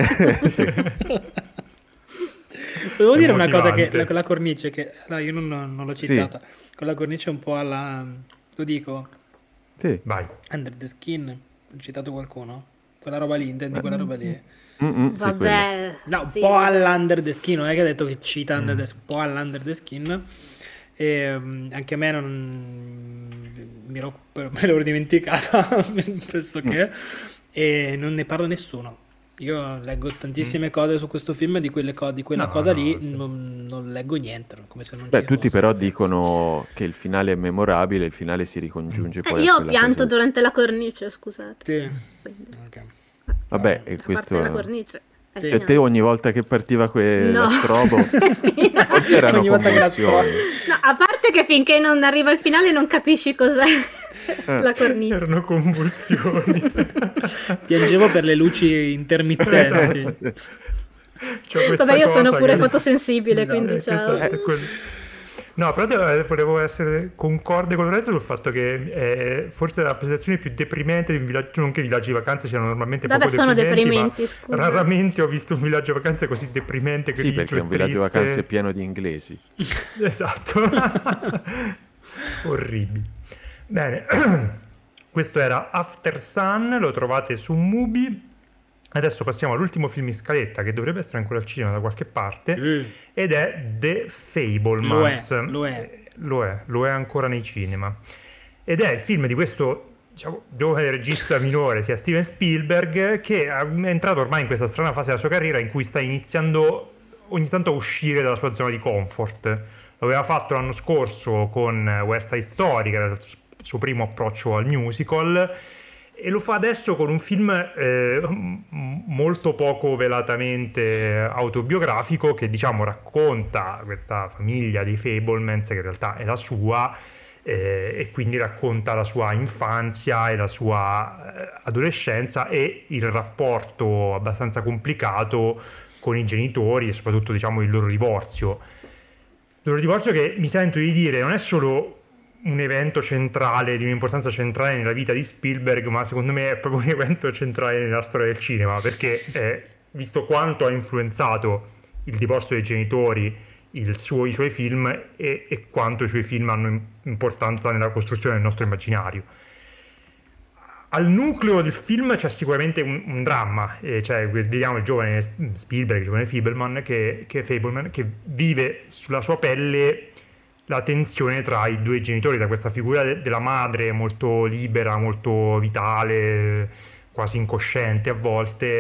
Volevo È dire una cosa, che motivante. la cornice, che io non l'ho citata, con la cornice un po' alla, lo dico, Sì. Vai. Under the Skin, ho citato qualcuno? Quella roba lì, intendi quella roba lì? Vabbè, No, sì, un po' vabbè. all'Under the Skin, non è che ha detto che cita un po' all'Under the Skin. E, anche a me me l'ero dimenticata pressoché, e non ne parla nessuno. Io leggo tantissime cose su questo film, e di quella No, cosa lì no, sì. non leggo niente, come se non Beh, ci tutti fosse. però dicono che il finale è memorabile, il finale si ricongiunge poi Io a ho quella pianto cosa. durante la cornice, scusate. Sì. Quindi, Ok. Vabbè, e a parte questo la cornice. è Sì. Cioè, te ogni volta che partiva No. la strobo, forse erano Ogni volta che la convulsioni. No, a parte che finché non arriva il finale non capisci cos'è la cornice. Erano convulsioni. Piangevo per le luci intermittenti. C'ho questa Vabbè, io sono cosa pure che- fotosensibile, No, quindi questa- ciao. è così. No, però volevo essere concorde con Lorenzo sul fatto che forse la rappresentazione più deprimente di un villaggio, non che i villaggi di vacanze siano normalmente Vabbè, poco sono deprimenti, deprimenti, ma scusa. raramente ho visto un villaggio di vacanze così deprimente, Sì, grigio perché è e un villaggio di triste. vacanze pieno di inglesi. Esatto. Orribili. Bene, questo era After Sun, lo trovate su Mubi. Adesso passiamo all'ultimo film in scaletta, che dovrebbe essere ancora al cinema da qualche parte, ed è The Fabelmans. Lo è ancora nei cinema. Ed è il film di questo, diciamo, giovane regista minore, sia Steven Spielberg, che è entrato ormai in questa strana fase della sua carriera in cui sta iniziando ogni tanto a uscire dalla sua zona di comfort. Lo aveva fatto l'anno scorso con West Side Story, che era il suo primo approccio al musical, e lo fa adesso con un film molto poco velatamente autobiografico, che diciamo racconta questa famiglia dei Fabelmans, che in realtà è la sua, e quindi racconta la sua infanzia e la sua adolescenza e il rapporto abbastanza complicato con i genitori e soprattutto diciamo il loro divorzio. Il loro divorzio, che mi sento di dire non è solo un evento centrale, di un'importanza centrale nella vita di Spielberg, ma secondo me è proprio un evento centrale nella storia del cinema, perché visto quanto ha influenzato il divorzio dei genitori i suoi film e quanto i suoi film hanno importanza nella costruzione del nostro immaginario. Al nucleo del film c'è sicuramente un dramma, cioè vediamo il giovane Spielberg, il giovane Fabelman, che vive sulla sua pelle la tensione tra i due genitori, da questa figura della madre molto libera, molto vitale, quasi incosciente a volte,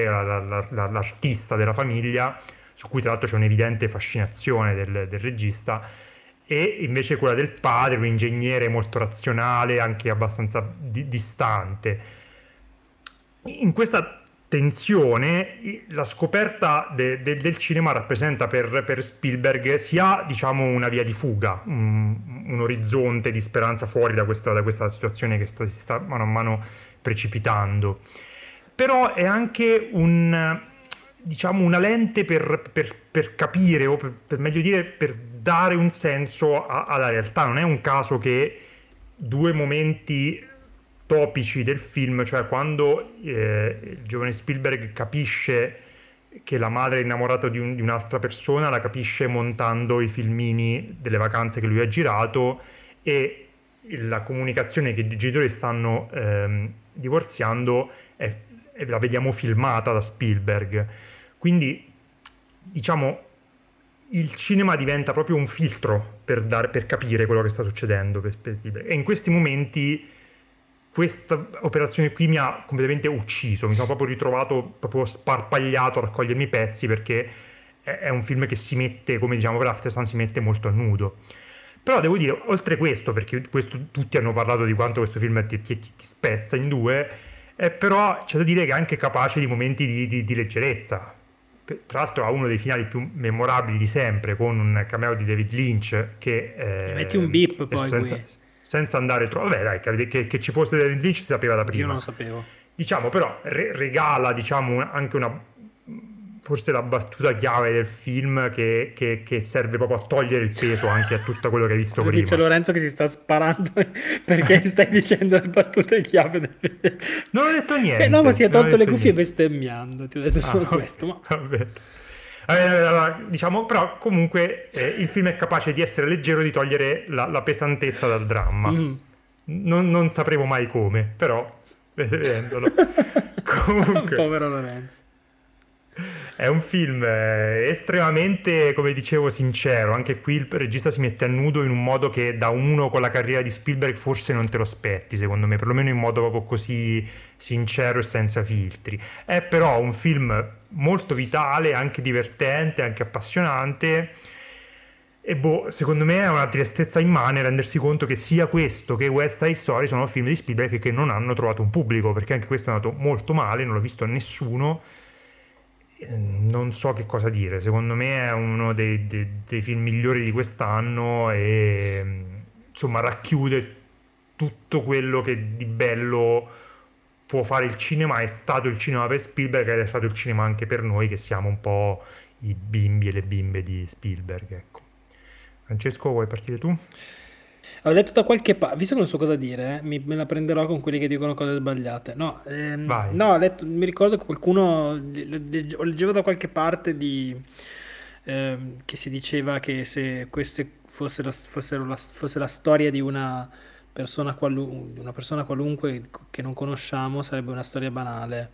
l'artista della famiglia, su cui tra l'altro c'è un'evidente fascinazione del regista, e invece quella del padre, un ingegnere molto razionale, anche abbastanza distante. In questa tensione la scoperta del cinema rappresenta per Spielberg sia, diciamo, una via di fuga, un orizzonte di speranza fuori da questa situazione che si sta mano a mano precipitando, però è anche diciamo, una lente per capire, o per meglio dire per dare un senso alla realtà. Non è un caso che due momenti topici del film, cioè quando il giovane Spielberg capisce che la madre è innamorata di un'altra persona, la capisce montando i filmini delle vacanze che lui ha girato, e la comunicazione che i genitori stanno divorziando la vediamo filmata da Spielberg. Quindi, diciamo, il cinema diventa proprio un filtro per capire quello che sta succedendo per Spielberg. E in questi momenti questa operazione qui mi ha completamente ucciso, mi sono proprio ritrovato proprio sparpagliato a raccogliermi i pezzi, perché è un film che si mette, come diciamo per After Sun, si mette molto a nudo. Però devo dire, oltre questo, perché tutti hanno parlato di quanto questo film ti spezza in due, però c'è da dire che è anche capace di momenti di leggerezza. Tra l'altro ha uno dei finali più memorabili di sempre, con un cameo di David Lynch che... metti un beep poi qui. Senza andare troppo... Vabbè, dai, che ci fosse David Lynch si sapeva da prima. Io non lo sapevo. Diciamo, però regala, diciamo, anche forse la battuta chiave del film che serve proprio a togliere il peso anche a tutto quello che hai visto prima. C'è Lorenzo che si sta sparando perché stai dicendo le battute chiave del film. Non ho detto niente. No, ma si è tolto le cuffie bestemmiando, ti ho detto solo questo. Ma... Vabbè. Allora, diciamo, però comunque il film è capace di essere leggero, di togliere la pesantezza dal dramma. Non sapremo mai come, però vedendolo. Comunque, povero Lorenzo. È un film estremamente, come dicevo, sincero. Anche qui il regista si mette a nudo in un modo che da uno con la carriera di Spielberg forse non te lo aspetti, secondo me, perlomeno in modo proprio così sincero e senza filtri. È però un film molto vitale, anche divertente, anche appassionante, e secondo me è una tristezza immane rendersi conto che sia questo che West Side Story sono film di Spielberg che non hanno trovato un pubblico, perché anche questo è andato molto male, non l'ho visto a nessuno. Non so che cosa dire, secondo me è uno dei film migliori di quest'anno e insomma racchiude tutto quello che di bello può fare il cinema. È stato il cinema per Spielberg ed è stato il cinema anche per noi che siamo un po' i bimbi e le bimbe di Spielberg, ecco. Francesco, vuoi partire tu? Ho letto da qualche parte, visto che non so cosa dire, me la prenderò con quelli che dicono cose sbagliate. No, ho letto, mi ricordo che qualcuno leggevo da qualche parte che si diceva che se queste fosse la storia di una persona qualunque che non conosciamo, sarebbe una storia banale.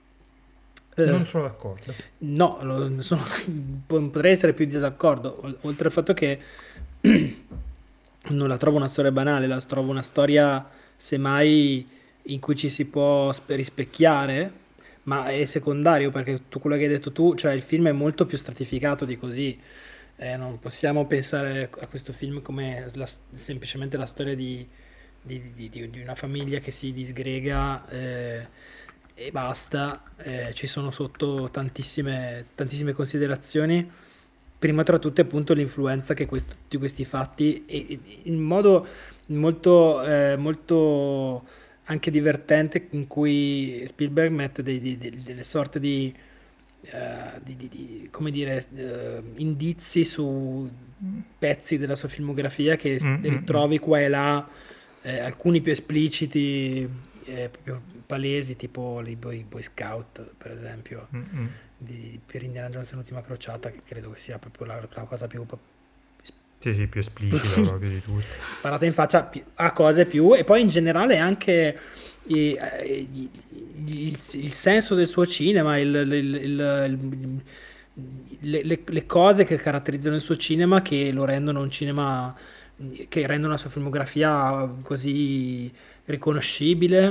Non sono d'accordo. No, potrei essere più disaccordo, oltre al fatto che non la trovo una storia banale, la trovo una storia semmai in cui ci si può rispecchiare, ma è secondario, perché quello che hai detto tu, cioè il film è molto più stratificato di così. Non possiamo pensare a questo film come semplicemente la storia di una famiglia che si disgrega e basta. Ci sono sotto tantissime considerazioni. Prima tra tutte appunto l'influenza che di questi fatti, e in modo molto anche divertente, in cui Spielberg mette delle sorte di come dire, indizi su pezzi della sua filmografia che ritrovi qua e là, alcuni più espliciti, proprio palesi, tipo i Boy Scout, per esempio. Per Indiana Jones l'ultima crociata, che credo che sia proprio la cosa più più esplicita proprio di tutte, sparata in faccia a cose più, e poi in generale anche il senso del suo cinema, le cose che caratterizzano il suo cinema, che lo rendono un cinema, che rendono la sua filmografia così riconoscibile.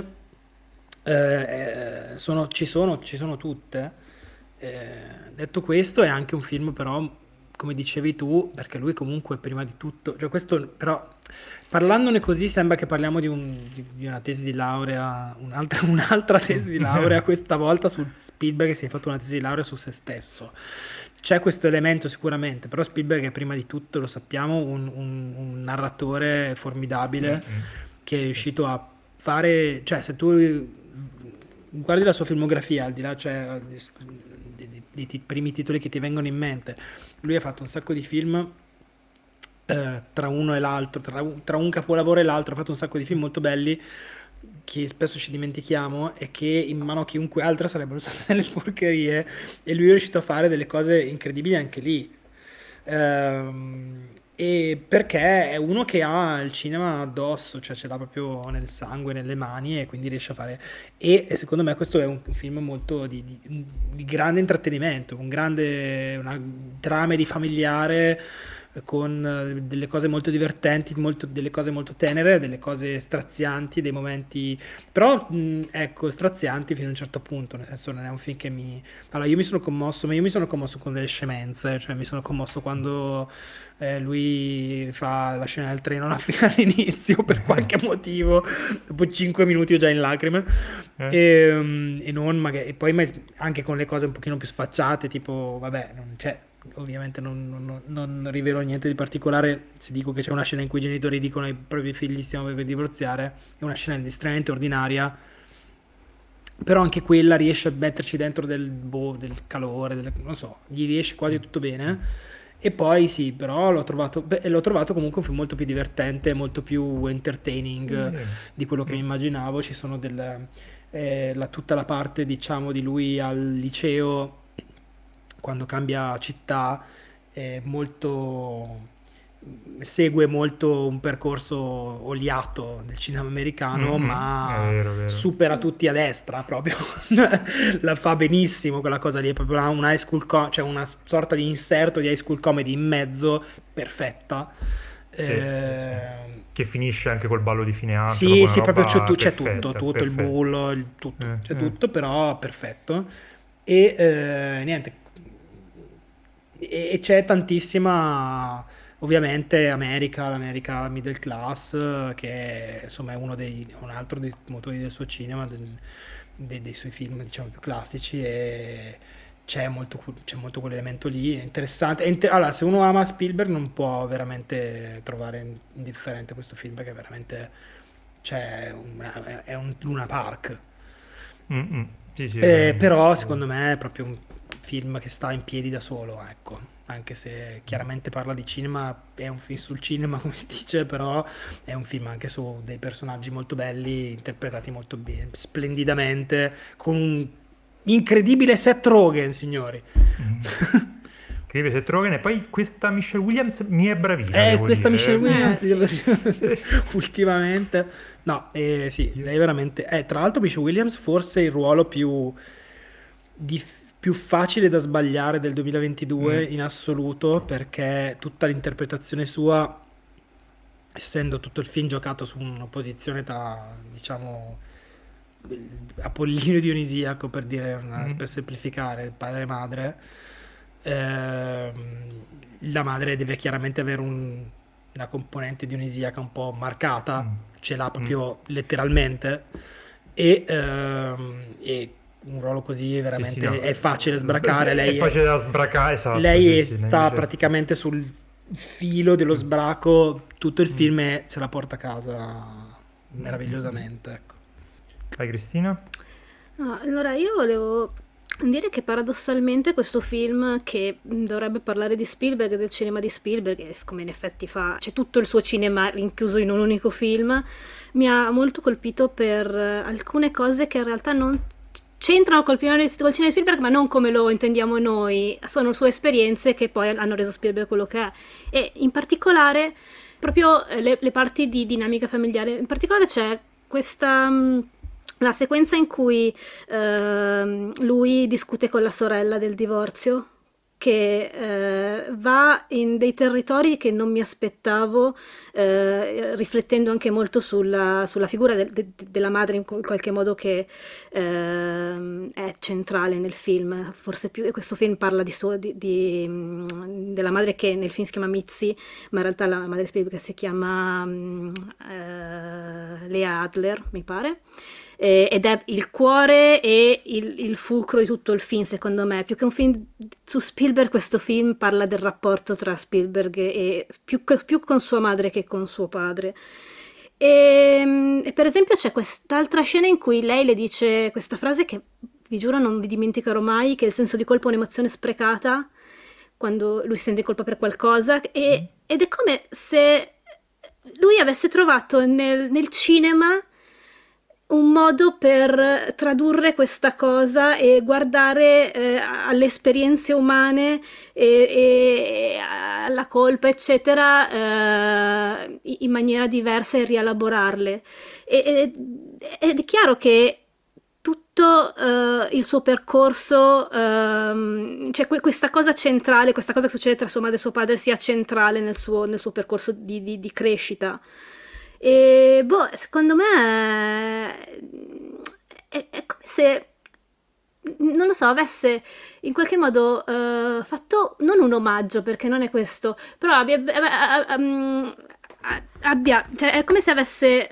Ci sono tutte. Detto questo, è anche un film però come dicevi tu, perché lui comunque prima di tutto, cioè questo però parlandone così sembra che parliamo di una tesi di laurea, un'altra tesi di laurea, questa volta su Spielberg che si è fatto una tesi di laurea su se stesso. C'è questo elemento sicuramente, però Spielberg è prima di tutto, lo sappiamo, un narratore formidabile che è riuscito a fare, cioè se tu guardi la sua filmografia, al di là cioè, dei primi titoli che ti vengono in mente, lui ha fatto un sacco di film tra uno e l'altro, tra un capolavoro e l'altro, ha fatto un sacco di film molto belli che spesso ci dimentichiamo e che in mano a chiunque altro sarebbero state delle porcherie, e lui è riuscito a fare delle cose incredibili anche lì. E perché è uno che ha il cinema addosso, cioè ce l'ha proprio nel sangue, nelle mani, e quindi riesce a fare. E secondo me questo è un film molto di grande intrattenimento, con una trame di familiare, con delle cose molto divertenti, delle cose molto tenere, delle cose strazianti, dei momenti però ecco, strazianti fino a un certo punto, nel senso non è un film che allora io mi sono commosso, ma io mi sono commosso con delle scemenze, cioè mi sono commosso quando lui fa la scena del treno all'inizio per qualche motivo, dopo 5 minuti ho già in lacrime, e non magari, e poi anche con le cose un pochino più sfacciate, tipo vabbè, non c'è. Ovviamente non rivelo niente di particolare se dico che c'è una scena in cui i genitori dicono ai propri figli stiamo per divorziare, è una scena estremamente ordinaria, però anche quella riesce a metterci dentro del calore, non so, gli riesce quasi tutto bene. E poi sì, però l'ho trovato comunque un film molto più divertente, molto più entertaining di quello che mi immaginavo. Ci sono tutta la parte, diciamo, di lui al liceo quando cambia città, segue molto un percorso oliato del cinema americano, ma vero. Supera tutti a destra proprio. La fa benissimo quella cosa lì, è proprio una high school cioè una sorta di inserto di high school comedy in mezzo, perfetta. Sì. Che finisce anche col ballo di fine anno. Sì, proprio c'è tutto il bullo, c'è tutto, però perfetto. E niente. E c'è tantissima, ovviamente, l'America middle class, che insomma è un altro dei motori del suo cinema, dei suoi film, diciamo, più classici, e c'è molto quell'elemento lì, è interessante. Allora, se uno ama Spielberg non può veramente trovare indifferente questo film, perché veramente è un Luna Park. Sì, però secondo me è proprio un film che sta in piedi da solo, ecco, anche se chiaramente parla di cinema, è un film sul cinema come si dice, però è un film anche su dei personaggi molto belli, interpretati molto bene, splendidamente, con un incredibile Seth Rogen, signori. Incredibile Seth Rogen, e poi questa Michelle Williams mi è bravina, questa Michelle Williams sì. ultimamente no, sì, lei veramente tra l'altro Michelle Williams forse il ruolo più facile da sbagliare del 2022 in assoluto, perché tutta l'interpretazione sua, essendo tutto il film giocato su un'opposizione tra, diciamo, Apollino e Dionisiaco, per dire per semplificare, padre e madre, la madre deve chiaramente avere una componente dionisiaca un po' marcata, ce l'ha proprio letteralmente, e un ruolo così veramente no. è facile sbracare. Lei è facile da sbracare, esatto. Lei sta praticamente sul filo dello sbraco tutto il film, e se la porta a casa meravigliosamente, ecco. Vai Cristina? Allora io volevo dire che paradossalmente questo film, che dovrebbe parlare di Spielberg e del cinema di Spielberg, e come in effetti c'è tutto il suo cinema rinchiuso in un unico film, mi ha molto colpito per alcune cose che in realtà non c'entrano col cinema di Spielberg, ma non come lo intendiamo noi, sono sue esperienze che poi hanno reso Spielberg quello che è, e in particolare proprio le parti di dinamica familiare. In particolare c'è questa la sequenza in cui lui discute con la sorella del divorzio, che va in dei territori che non mi aspettavo, riflettendo anche molto sulla figura della madre in qualche modo che è centrale nel film. Forse più questo film parla della madre, che nel film si chiama Mitzi, ma in realtà la madre Spielberg si chiama Lea Adler, mi pare. Ed è il cuore e il fulcro di tutto il film, secondo me. Più che un film su Spielberg, questo film parla del rapporto tra Spielberg e più con sua madre che con suo padre. E per esempio c'è quest'altra scena in cui lei le dice questa frase che vi giuro non vi dimenticherò mai, che è il senso di colpa è un'emozione sprecata, quando lui si sente in colpa per qualcosa, ed è come se lui avesse trovato nel cinema un modo per tradurre questa cosa e guardare alle esperienze umane e alla colpa, eccetera, in maniera diversa e rielaborarle. Ed è chiaro che tutto il suo percorso, cioè questa cosa centrale, questa cosa che succede tra sua madre e suo padre sia centrale nel suo percorso di crescita. E secondo me è come se, non lo so, avesse in qualche modo fatto non un omaggio, perché non è questo, però cioè è come se avesse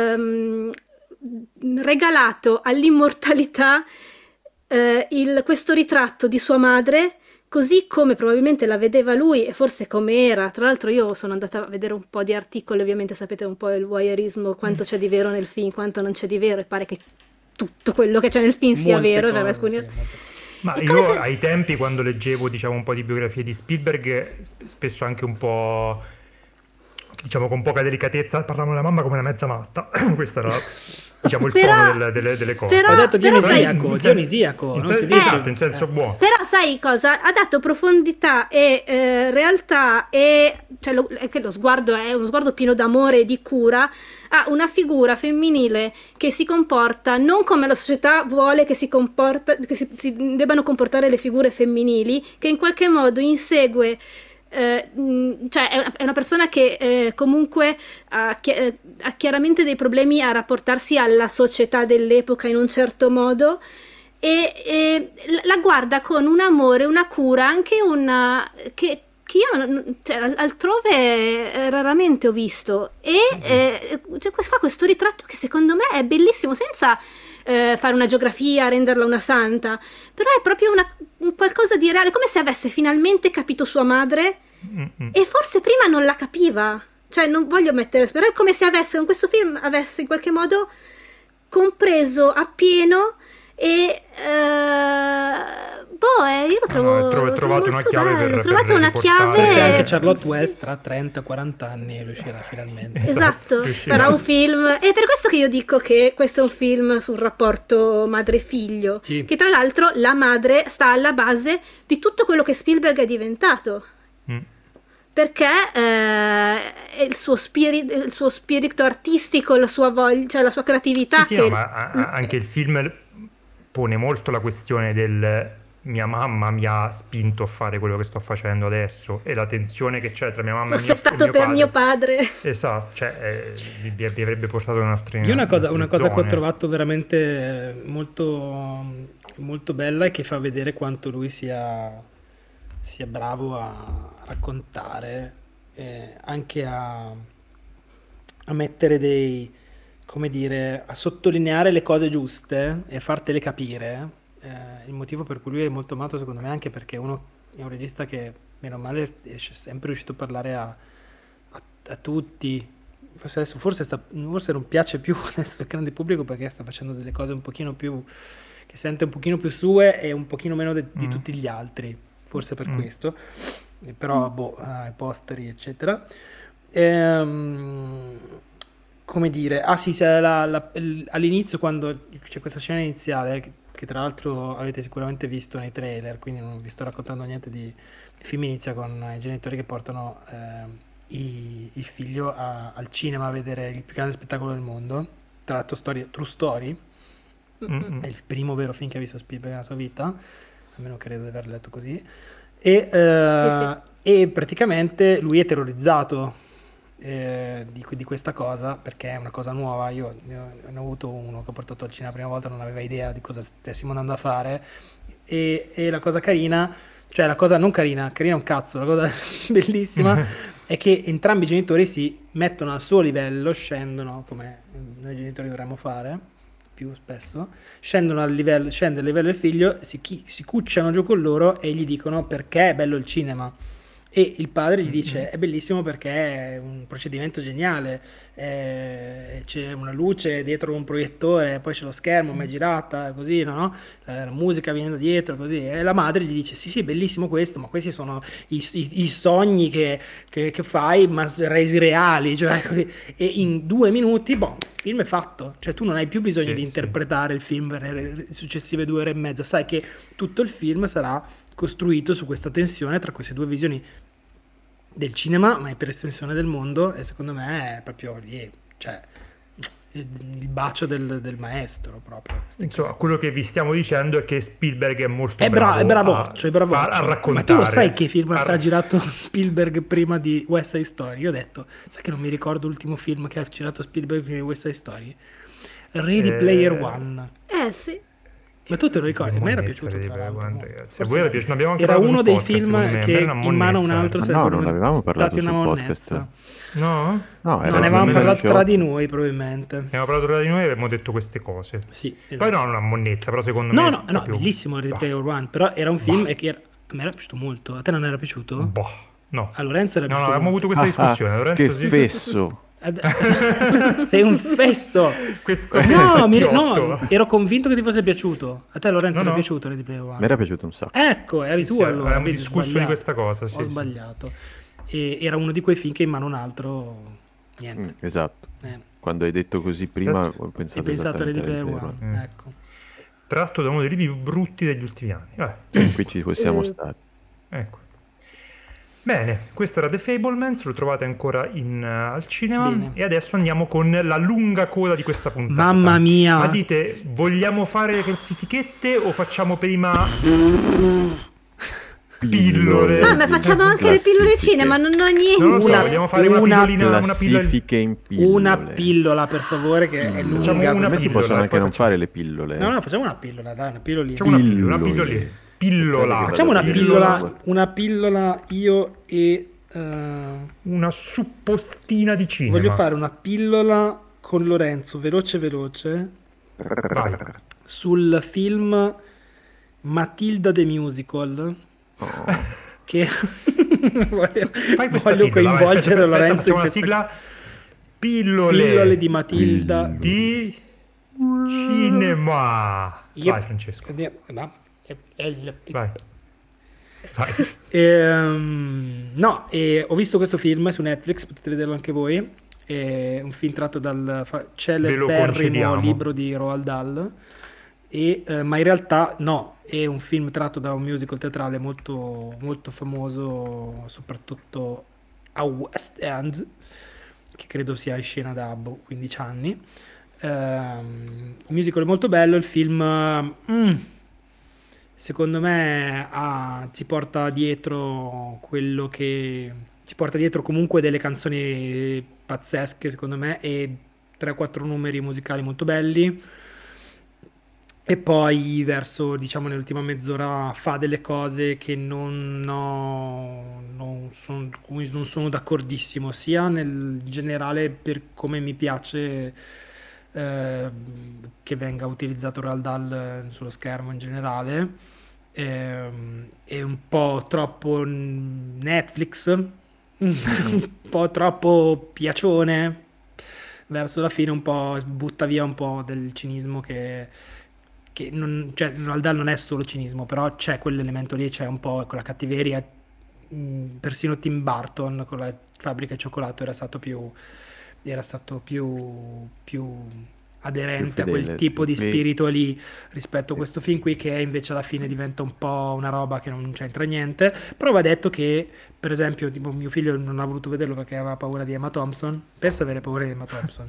regalato all'immortalità questo ritratto di sua madre, così come probabilmente la vedeva lui e forse come era. Tra l'altro io sono andata a vedere un po' di articoli, ovviamente sapete un po' il voyeurismo, quanto c'è di vero nel film, quanto non c'è di vero, e pare che tutto quello che c'è nel film sia vero, e per alcuni... Ma io ai tempi, quando leggevo, diciamo, un po' di biografie di Spielberg, spesso anche un po', diciamo, con poca delicatezza, parlavano della mamma come una mezza matta. Questa era, diciamo, il tono delle cose. Ho detto Dionisiaco, in senso buono. Però sai cosa? Ha dato profondità e realtà, e cioè che lo sguardo è uno sguardo pieno d'amore e di cura a una figura femminile che si comporta non come la società vuole che si debbano comportare le figure femminili, che in qualche modo insegue. Cioè è una persona che comunque ha chiaramente dei problemi a rapportarsi alla società dell'epoca in un certo modo, e la guarda con un amore, una cura, anche che io cioè, altrove raramente ho visto, e cioè, fa questo ritratto che secondo me è bellissimo, senza fare una geografia, renderla una santa, però è proprio un qualcosa di reale, come se avesse finalmente capito sua madre, e forse prima non la capiva, cioè non voglio mettere, però è come se con questo film avesse in qualche modo compreso appieno, e io lo trovo, ho trovato una chiave bello. per riportare. Forse anche Charlotte West tra 30-40 anni riuscirà finalmente. Esatto, farà un film, e per questo che io dico che questo è un film sul rapporto madre-figlio, sì. Che tra l'altro la madre sta alla base di tutto quello che Spielberg è diventato. Perché il suo spirito artistico, la sua voglia, cioè la sua creatività. Sì, no, ma anche il film pone molto la questione del mia mamma mi ha spinto a fare quello che sto facendo adesso, e la tensione che c'è tra mia mamma fosse stato per mio padre. Esatto, cioè vi avrebbe portato in un'altra. Io una cosa che ho trovato veramente molto, molto bella, è che fa vedere quanto lui sia bravo a raccontare, anche a mettere come dire, a sottolineare le cose giuste e fartele capire. Il motivo per cui lui è molto amato, secondo me, anche perché è un regista che, meno male, è sempre riuscito a parlare a tutti. Forse adesso forse non piace più adesso al grande pubblico, perché sta facendo delle cose un pochino più, che sente un pochino più sue e un pochino meno di tutti gli altri, forse per questo, però i posteri eccetera. Come dire, all'inizio, quando c'è questa scena iniziale, che tra l'altro avete sicuramente visto nei trailer, quindi non vi sto raccontando niente il film inizia con i genitori che portano il figlio al cinema a vedere il più grande spettacolo del mondo, tra l'altro true story, è il primo vero film che ha visto Spielberg nella sua vita, almeno credo di aver letto così, E, Sì. e praticamente lui è terrorizzato di questa cosa, perché è una cosa nuova. Io ne ho avuto uno che ho portato al cinema la prima volta, non aveva idea di cosa stessimo andando a fare, e la cosa carina, cioè la cosa non carina è un cazzo, la cosa bellissima è che entrambi i genitori si mettono al suo livello, scendono, come noi genitori dovremmo fare più spesso, scende al livello del figlio, si cucciano giù con loro e gli dicono perché è bello il cinema. E il padre gli dice è bellissimo perché è un procedimento geniale, c'è una luce dietro un proiettore, poi c'è lo schermo, ma è girata, così, no? La musica viene da dietro, così. E la madre gli dice sì, è bellissimo questo, ma questi sono i sogni che fai, ma resi reali. Cioè, e in 2 minuti, il film è fatto. Cioè tu non hai più bisogno di interpretare il film per le successive 2 ore e mezza, sai che tutto il film sarà costruito su questa tensione tra queste 2 visioni del cinema, ma è per estensione del mondo, e secondo me è proprio lì, cioè il bacio del maestro proprio. Insomma, quello che vi stiamo dicendo è che Spielberg è molto è bravoccio, a raccontare. Ma tu lo sai che film ha girato Spielberg prima di West Side Story? Io ho detto, sai che non mi ricordo l'ultimo film che ha girato Spielberg prima di West Side Story? Ready Player One. Sì. Ma tu te lo ricordi? A me era piaciuto, tra l'altro. Era uno dei film che in mano a un altro no, non avevamo parlato sul podcast. No? No, ne avevamo parlato tra di noi, probabilmente. Ne abbiamo parlato tra di noi e abbiamo detto queste cose. Sì, esatto. Poi no, una monnezza, però secondo me... No, bellissimo Ready Player One, però era un film che a me era piaciuto molto. A te non era piaciuto? No. A Lorenzo era piaciuto. No, abbiamo avuto questa discussione. Lorenzo, che fesso. Sei un fesso. No, ero convinto che ti fosse piaciuto. A te Lorenzo era piaciuto Ready Player One? Mi era piaciuto un sacco. Ecco, eri tu allora. Abbiamo discusso di questa cosa. Ho sbagliato. E era uno di quei film che in mano a un altro niente. Esatto. Quando hai detto così prima ho pensato a Ready Player One. Ecco. Tratto da uno dei libri più brutti degli ultimi anni. Qui ci possiamo stare. Ecco. Bene, questo era The Fabelmans, lo trovate ancora al cinema. Bene. E adesso andiamo con la lunga coda di questa puntata. Mamma mia! Ma dite, vogliamo fare le classifichette o facciamo prima pillole? Ma facciamo anche le pillole cinema, non ho niente. Non lo so, vogliamo fare una classifiche in pillole. Una pillola, per favore, che è lunga. A me si possono anche non fare le pillole. No, facciamo una pillola, dai, una pillolina. Facciamo una pillolina. Pillola. Facciamo una pillola io e una suppostina di cinema. voglio fare una pillola con Lorenzo veloce Vai. sul film Matilda the Musical, che voglio coinvolgere Lorenzo. Facciamo una sigla. Pillole di Matilda di cinema. Vai Francesco. Vai. Ho visto questo film su Netflix, potete vederlo anche voi. È un film tratto dal celeberrimo libro di Roald Dahl, ma in realtà no, è un film tratto da un musical teatrale molto, molto famoso, soprattutto a West End, che credo sia in scena da 15 anni. Il musical è molto bello, il film secondo me ci porta dietro comunque delle canzoni pazzesche, secondo me, e 3-4 numeri musicali molto belli. E poi verso, diciamo, nell'ultima mezz'ora fa delle cose che non sono d'accordissimo, sia nel generale per come mi piace che venga utilizzato Roald Dahl sullo schermo in generale. È un po' troppo Netflix, un po' troppo piacione, verso la fine un po' butta via un po' del cinismo che cioè Roald Dahl non è solo cinismo, però c'è quell'elemento lì, c'è un po' quella cattiveria. Persino Tim Burton con la fabbrica di cioccolato era stato più aderente a fedele, quel tipo sì. di spirito lì rispetto a questo film qui, che invece alla fine diventa un po' una roba che non c'entra niente. Però va detto che, per esempio, tipo, mio figlio non ha voluto vederlo perché aveva paura di Emma Thompson. Pensa avere paura di Emma Thompson.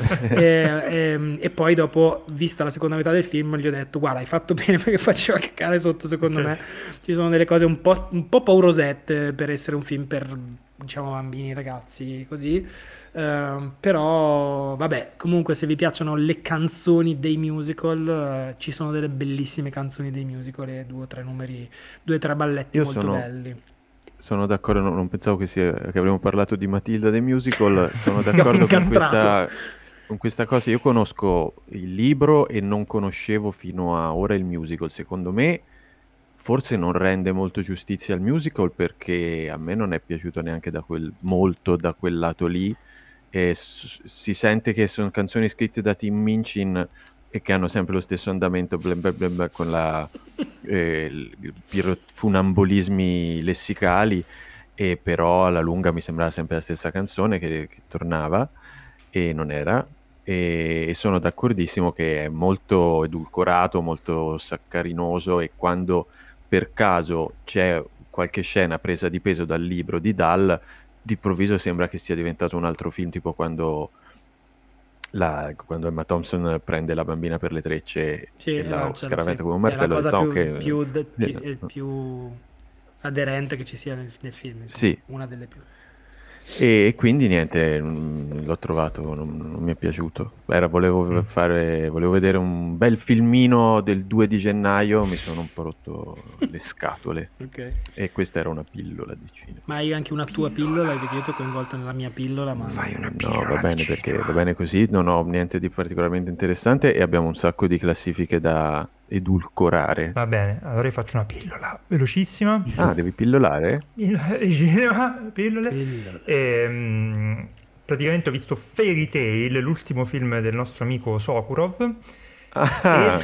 E poi dopo, vista la seconda metà del film, gli ho detto: guarda, hai fatto bene, perché faceva cacare sotto. Secondo me ci sono delle cose un po' paurosette per essere un film per, diciamo, bambini, ragazzi, così. Però vabbè, comunque, se vi piacciono le canzoni dei musical, ci sono delle bellissime canzoni dei musical e 2 o 3 numeri, 2 o 3 balletti Io molto belli. sono d'accordo, non pensavo che avremmo parlato di Matilda The Musical, sono Abbiamo d'accordo incastrato. con questa cosa. Io conosco il libro e non conoscevo fino a ora il musical. Secondo me forse non rende molto giustizia al musical, perché a me non è piaciuto neanche molto da quel lato lì, e si sente che sono canzoni scritte da Tim Minchin e che hanno sempre lo stesso andamento, bla bla bla bla, con funambolismi lessicali, e però alla lunga mi sembrava sempre la stessa canzone che tornava, e non era. E sono d'accordissimo che è molto edulcorato, molto saccarinoso, e quando per caso c'è qualche scena presa di peso dal libro di Dahl, d'improvviso sembra che sia diventato un altro film, tipo quando Emma Thompson prende la bambina per le trecce Sì, e la lancia, scaraventa sì. con un È la martello. cosa No, più aderente che ci sia nel film, insomma. sì. Una delle più. E quindi niente, l'ho trovato, non mi è piaciuto. Volevo vedere un bel filmino del 2 di gennaio, mi sono un po' rotto le scatole. Ok. E questa era una pillola di cinema. Ma hai anche una tua pillola, perché io ti ho coinvolto nella mia pillola, ma Fai una No, pillola va bene, di perché cinema. va bene così, non ho niente di particolarmente interessante e abbiamo un sacco di classifiche da edulcorare. Va bene, allora io faccio una pillola velocissima. Ah, devi pillolare? Di cinema, pillole. Pillola. Praticamente ho visto Fairy Tail, l'ultimo film del nostro amico Sokurov, Ah,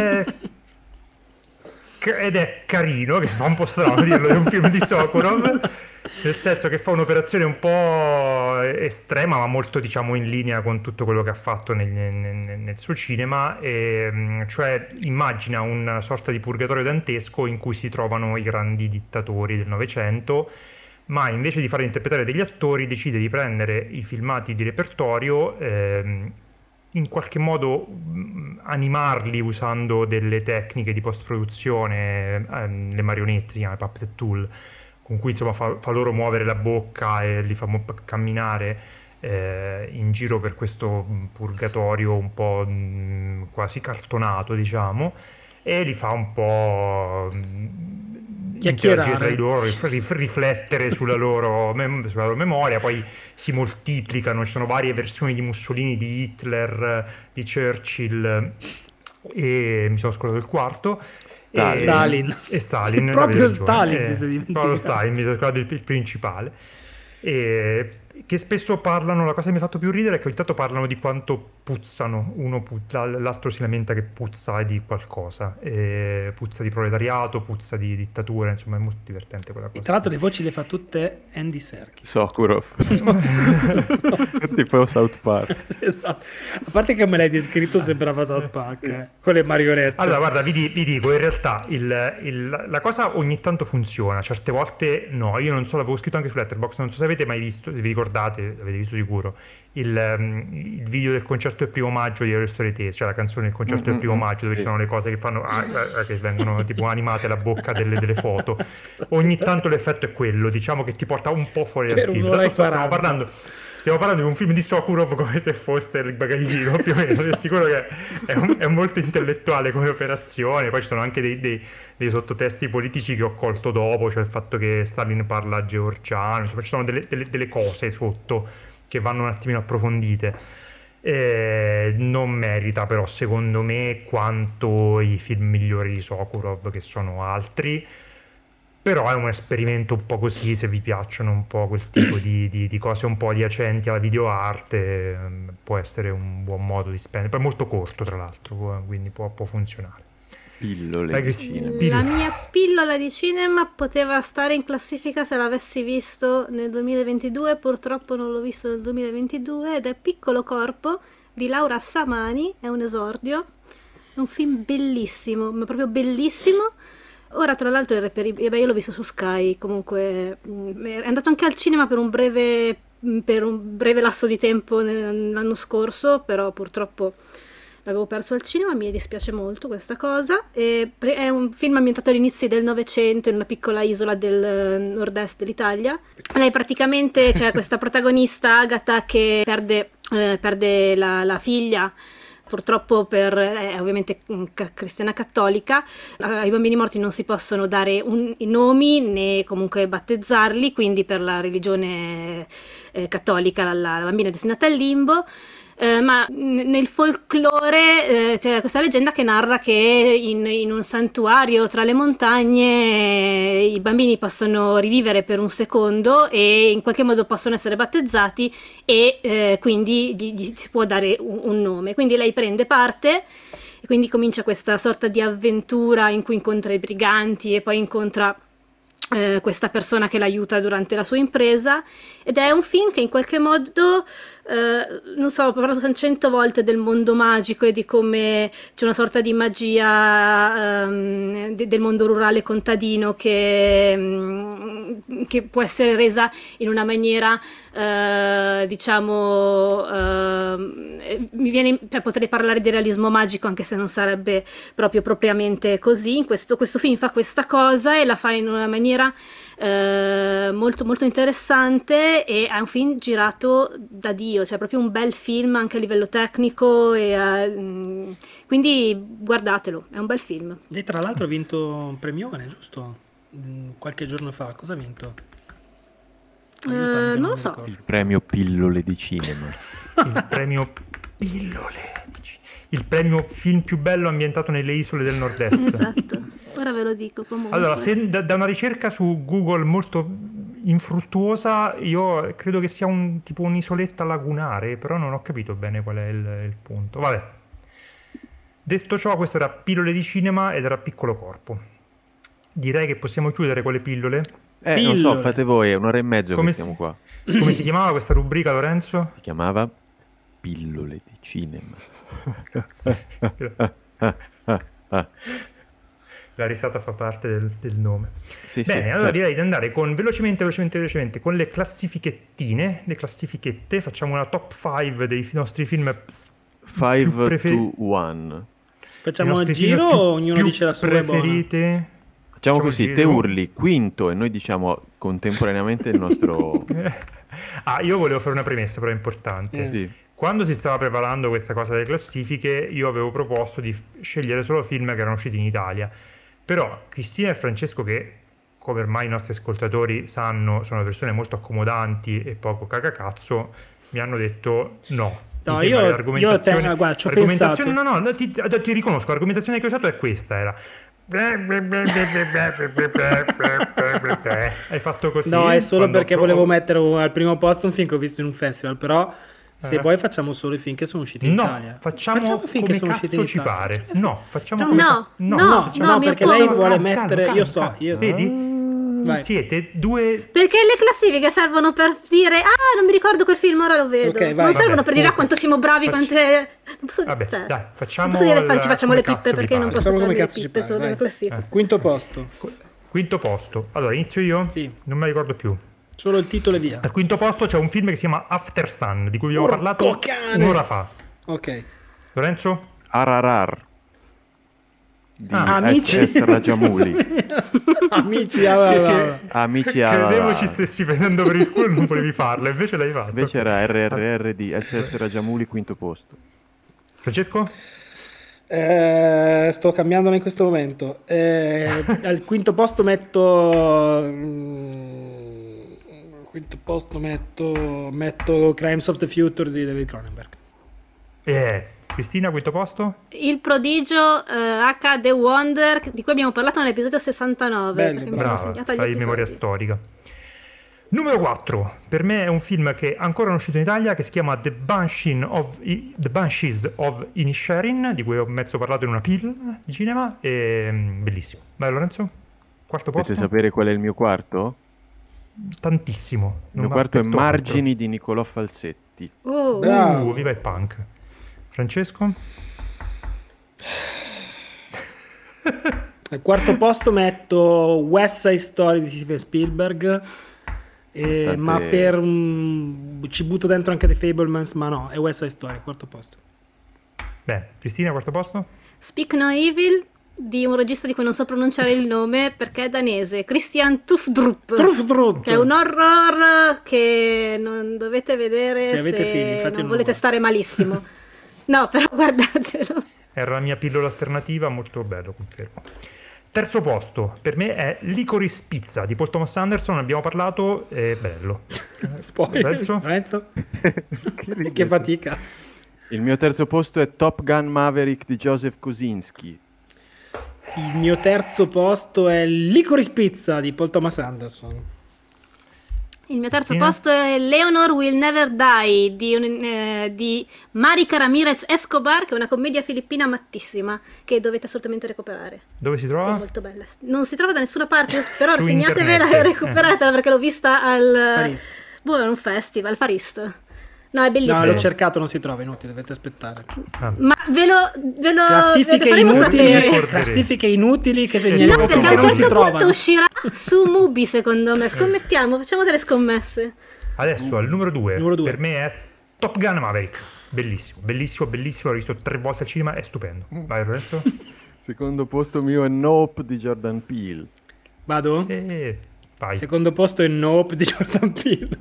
ed è carino, che fa un po' strano dirlo di un film di Sokurov, nel senso che fa un'operazione un po' estrema, ma molto, diciamo, in linea con tutto quello che ha fatto nel suo cinema, cioè immagina una sorta di purgatorio dantesco in cui si trovano i grandi dittatori del Novecento, ma invece di fare interpretare degli attori decide di prendere i filmati di repertorio, in qualche modo animarli usando delle tecniche di post-produzione, le marionette, si chiama puppet tool, con cui insomma fa loro muovere la bocca e li fa camminare in giro per questo purgatorio un po' quasi cartonato, diciamo, e li fa un po' interagire tra di loro, riflettere sulla loro memoria. Poi si moltiplicano, ci sono varie versioni di Mussolini, di Hitler, di Churchill, e mi sono scordato il quarto. Stalin. E Stalin, Proprio avete ragione. Stalin ti sei dimenticato. Proprio Stalin, mi sono scordato il principale. Che spesso parlano, la cosa che mi ha fatto più ridere è che ogni tanto parlano di quanto puzzano, l'altro si lamenta che puzza di qualcosa, puzza di proletariato, puzza di dittatura, insomma è molto divertente quella cosa. E tra l'altro le voci le fa tutte Andy Serkis. Sokurov. Tipo South Park. Esatto. A parte che me l'hai descritto, sembrava South Park, con le marionette. Allora, guarda, vi dico, in realtà la cosa ogni tanto funziona, certe volte no. Io non so, l'avevo scritto anche su Letterboxd, non so se avete mai visto, se vi ricordate, l'avete visto sicuro, il video del concerto del 1 maggio di Aereo Story Tales, cioè la canzone del concerto del 1 maggio, dove ci sono le cose che fanno che vengono tipo animate la bocca delle foto. Ogni tanto l'effetto è quello, diciamo, che ti porta un po' fuori dal film. Stiamo parlando di un film di Sokurov come se fosse il bagaglino, più o meno. Sono sicuro che è molto intellettuale come operazione. Poi ci sono anche dei sottotesti politici che ho colto dopo, cioè il fatto che Stalin parla georgiano, insomma ci sono delle cose sotto che vanno un attimino approfondite. Non merita però, secondo me, quanto i film migliori di Sokurov, che sono altri. Però è un esperimento un po' così, se vi piacciono un po' quel tipo di cose un po' adiacenti alla videoarte, può essere un buon modo di spendere. Poi è molto corto, tra l'altro, quindi può funzionare. Pillole di cinema. La mia pillola di cinema poteva stare in classifica se l'avessi visto nel 2022, purtroppo non l'ho visto nel 2022, ed è Piccolo Corpo, di Laura Samani, è un esordio, è un film bellissimo, ma proprio bellissimo. Ora tra l'altro è reperibile, io l'ho visto su Sky, comunque è andato anche al cinema per un breve lasso di tempo l'anno scorso, però purtroppo l'avevo perso al cinema, mi dispiace molto questa cosa. È un film ambientato agli inizi del Novecento in una piccola isola del nord-est dell'Italia. Lei praticamente, c'è questa protagonista Agatha che perde la figlia, purtroppo è ovviamente cristiana cattolica. Ai bambini morti non si possono dare i nomi né comunque battezzarli, quindi per la religione cattolica la bambina è destinata al limbo. Ma nel folklore c'è questa leggenda che narra che in un santuario tra le montagne i bambini possono rivivere per un secondo e in qualche modo possono essere battezzati e quindi gli si può dare un nome. Quindi lei prende parte e quindi comincia questa sorta di avventura in cui incontra i briganti e poi incontra questa persona che l'aiuta durante la sua impresa, ed è un film che in qualche modo non so, ho parlato 100 volte del mondo magico e di come c'è una sorta di magia del mondo rurale contadino che può essere resa in una maniera diciamo potrei parlare di realismo magico anche se non sarebbe proprio propriamente così. Questo film fa questa cosa e la fa in una maniera molto molto interessante, e è un film girato da Dio, cioè proprio un bel film anche a livello tecnico quindi guardatelo, è un bel film. E tra l'altro ha vinto un premione, giusto? Qualche giorno fa, cosa ha vinto? Non lo so. Il premio Pillole di Cinema. Il premio Pillole di Cinema. Il premio film più bello ambientato nelle isole del nord-est. Esatto, ora ve lo dico comunque. Allora, se da una ricerca su Google molto infruttuosa, io credo che sia tipo un'isoletta lagunare, però non ho capito bene qual è il punto. Vabbè. Detto ciò, questo era Pillole di Cinema ed era Piccolo Corpo. Direi che possiamo chiudere con le pillole. Non so, fate voi, è un'ora e mezzo che stiamo qua. Come si chiamava questa rubrica, Lorenzo? Si chiamava Pillole di Cinema. Cazzo. La risata fa parte del nome. Sì, bene, sì, allora certo. direi di andare con velocemente con le classifichettine, le classifichette. Facciamo una top 5 dei nostri film 5 to 1. Facciamo un giro o ognuno dice la sua preferite? Facciamo così, te urli quinto e noi diciamo contemporaneamente il nostro... Io volevo fare una premessa però importante. Sì. Quando si stava preparando questa cosa delle classifiche, io avevo proposto di scegliere solo film che erano usciti in Italia. Però Cristina e Francesco, che come ormai i nostri ascoltatori sanno, sono persone molto accomodanti e poco cagacazzo, mi hanno detto no. No, guarda, ci ho pensato. No, ti riconosco, l'argomentazione che ho usato è questa, era... Hai fatto così? No, è solo perché volevo mettere al primo posto un film che ho visto in un festival, però se vuoi facciamo solo i film che sono usciti in Italia. Facciamo film che sono usciti in Italia. Ci pare. No, facciamo No, perché lei vuole mettere, calma, io so, vedi? Vai. Siete due. Perché le classifiche servono per dire non mi ricordo quel film, ora lo vedo. Okay, vai. Non servono per dire quanto siamo bravi, quante. Vabbè, dai, facciamo. Non posso dire ci facciamo le pippe perché non posso fare le pippe solo nella classifica. Quinto posto. Allora, inizio io? Sì. Non me la ricordo più. Solo il titolo e via. Al quinto posto c'è un film che si chiama After Sun, di cui vi avevo parlato un'ora fa. Ok. Lorenzo? Ararar di Amici. SS Rajamouli. Amici, Amici credevo ci stessi prendendo per il culo e non volevi farlo, invece l'hai fatto. Invece era RRR di SS Rajamouli, quinto posto. Francesco? Sto cambiandolo in questo momento. Al quinto posto metto Crimes of the Future di David Cronenberg. Cristina, quinto posto? Il prodigio H. The Wonder, di cui abbiamo parlato nell'episodio 69. Bello, brava, hai memoria storica. Numero 4, per me è un film che ancora non è uscito in Italia, che si chiama The Banshees of Inisherin, di cui ho mezzo parlato in una pilla di cinema, e bellissimo. Vai Lorenzo, quarto posto. Volete sapere qual è il mio quarto? Tantissimo. Il mio quarto è Margini di Niccolò Falsetti. Bravo. Viva il punk. Francesco? Al quarto posto metto West Side Story di Steven Spielberg, ma ci butto dentro anche The Fablemans, ma no, è West Side Story, quarto posto. Beh, Cristina, quarto posto? Speak No Evil di un regista di cui non so pronunciare il nome perché è danese, Christian Tufdrup, che è un horror che non dovete vedere se avete figli, infatti non volete stare malissimo. No, però guardatelo. Era la mia pillola alternativa, molto bello, confermo. Terzo posto, per me è Licorice Pizza di Paul Thomas Anderson, ne abbiamo parlato, è bello. Poi, Lorenzo? Che fatica. Il mio terzo posto è Top Gun Maverick di Joseph Kosinski. Il mio terzo posto è Licorice Pizza di Paul Thomas Anderson. Il mio terzo posto è Leonor Will Never Die di Marika Ramirez Escobar, che è una commedia filippina mattissima che dovete assolutamente recuperare. Dove si trova? È molto bella. Non si trova da nessuna parte, però Su segnatevela internet. e recuperatela perché l'ho vista al Farist. un festival, Far East. No, è bellissimo. No, l'ho cercato, non si trova, inutile, dovete aspettare. Ma ve lo Classifiche faremo inutili, sapere. classifiche inutili che segnaliamo No, perché finché a un non si certo punto trovano. uscirà su Mubi, secondo me. Scommettiamo, facciamo delle scommesse. Adesso al numero 2, Numero due. per me è Top Gun Maverick. Bellissimo, bellissimo, bellissimo, l'ho visto 3 volte al cinema, è stupendo. Vai Lorenzo? Secondo posto mio è Nope di Jordan Peele. Vado? Vai. Secondo posto è Nope di Jordan Peele.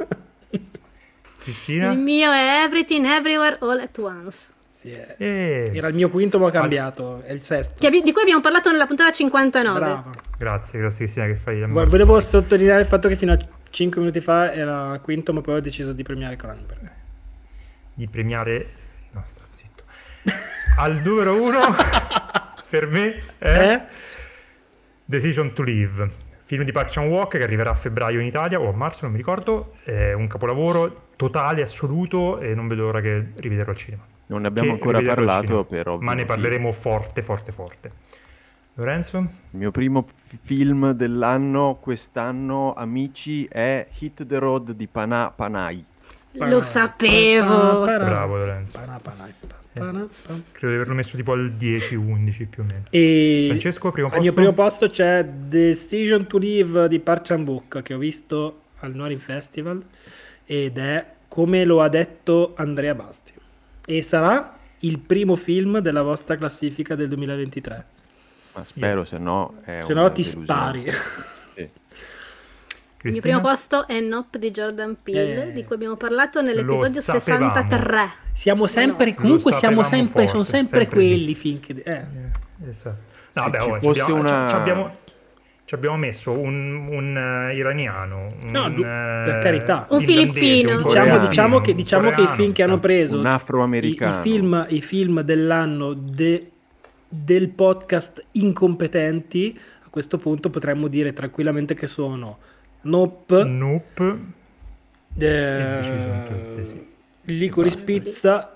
Cristina? Il mio è Everything Everywhere All at Once. Sì, Eh, era il mio quinto, ma ho cambiato. È il sesto. Di cui abbiamo parlato nella puntata 59. Bravo. Grazie Cristina che fai la Volevo sottolineare il fatto che fino a 5 minuti fa era quinto, ma poi ho deciso di premiare Cronenberg. di premiare... No, sto zitto. Al numero 1 per me è Decision to Live, film di Park Chan-wook che arriverà a febbraio in Italia o a marzo, non mi ricordo. È un capolavoro totale, assoluto, e non vedo l'ora che rivederlo al cinema. Non ne abbiamo Che ancora rivederlo al parlato, cinema. però. Ma ne parleremo forte, forte, forte. Lorenzo? Il mio primo film dell'anno, quest'anno, amici, è Hit the Road di Panay. Lo sapevo. Bravo Lorenzo. Credo di averlo messo tipo al 10-11 più o meno. E Francesco, primo al posto? mio primo posto c'è Decision to Live di Park Chan-wook, che ho visto al Norin Festival, ed è Come lo ha detto Andrea Basti, e sarà il primo film della vostra classifica del 2023. Ma spero, Yes. se no è Se una no ti delusione. spari. Sì. Il mio Cristina? primo posto è Nope di Jordan Peele, di cui abbiamo parlato nell'episodio Lo sapevamo. 63. Siamo sempre, Lo comunque siamo sapevamo sempre, sono forte, sempre sempre quelli lì. finché... Esatto. Se No, beh, ci oh, fosse ci abbiamo messo un iraniano, No, per carità. Un finlandese, filippino. un Diciamo, coreano, diciamo che, un diciamo che i coreano, film che hanno cazzo. preso Un afroamericano. i film dell'anno del podcast incompetenti, a questo punto potremmo dire tranquillamente che sono Nope, Nope. Decision Licorice Pizza,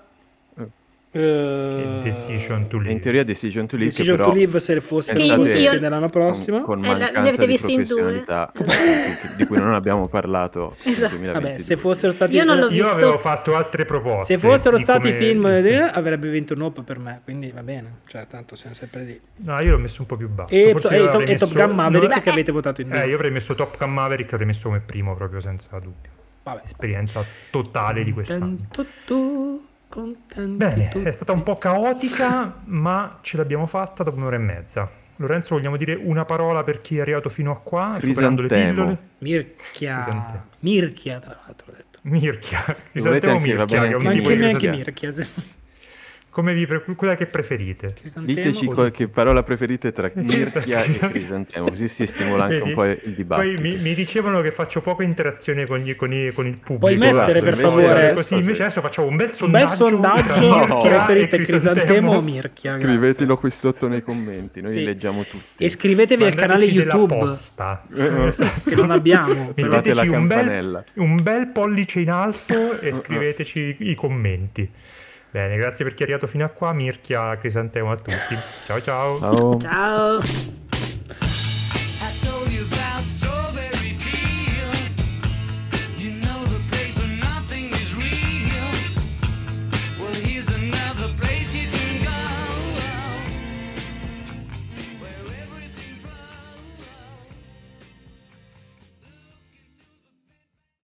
Decision to In Live. teoria Decision to Live, Decision però to Live se fosse pensate il film dell'anno prossimo. con li mancanza avete di visti in due? professionalità di cui non abbiamo parlato nel Esatto. 2022. Vabbè, se fossero stati Io non l'ho Io visto. avevo fatto altre proposte. se fossero di stati come- film avrebbe vinto Nope per me, quindi va bene, cioè tanto siamo sempre lì. No, io l'ho messo un po' più basso. E, Forse io avrei Top messo- Gun Maverick no, che avete votato in due. io avrei messo Top Gun Maverick, l'avrei messo come primo proprio senza dubbio. Vabbè. Esperienza totale di quest'anno. Contento tu, contento Bene, tu. è stata un po' caotica, ma ce l'abbiamo fatta dopo un'ora e mezza. Lorenzo, vogliamo dire una parola per chi è arrivato fino a qua, superando le Crisantemo. pillole? Mirchia. Mirchia, tra l'altro ho detto. Mirchia. volete Crisantemo anche, va Mirchia, bene che è un anche tipo Anche di me, Mirchia. anche Mirchia. Sì. Come quella che preferite? Crisantemo Diteci o- che parola preferite tra Mirchia e Crisantemo, così si stimola anche un po' il dibattito. Poi mi dicevano che faccio poca interazione con il pubblico. Puoi mettere, per invece- favore, Così invece adesso facciamo un bel un bel sondaggio. tra sondaggio. No. Chi Mirchia preferite, e Crisantemo o Mirchia? Grazie. Scrivetelo qui sotto nei commenti, noi Sì. li leggiamo tutti. E iscrivetevi al canale Mandateci della YouTube posta. che non abbiamo. però. Mettete la Metteteci campanella. un bel pollice in alto e scriveteci i commenti. Bene, grazie per chi è arrivato fino a qua. Mirchia, Crisantemo a tutti. Ciao ciao. Ciao. Ciao.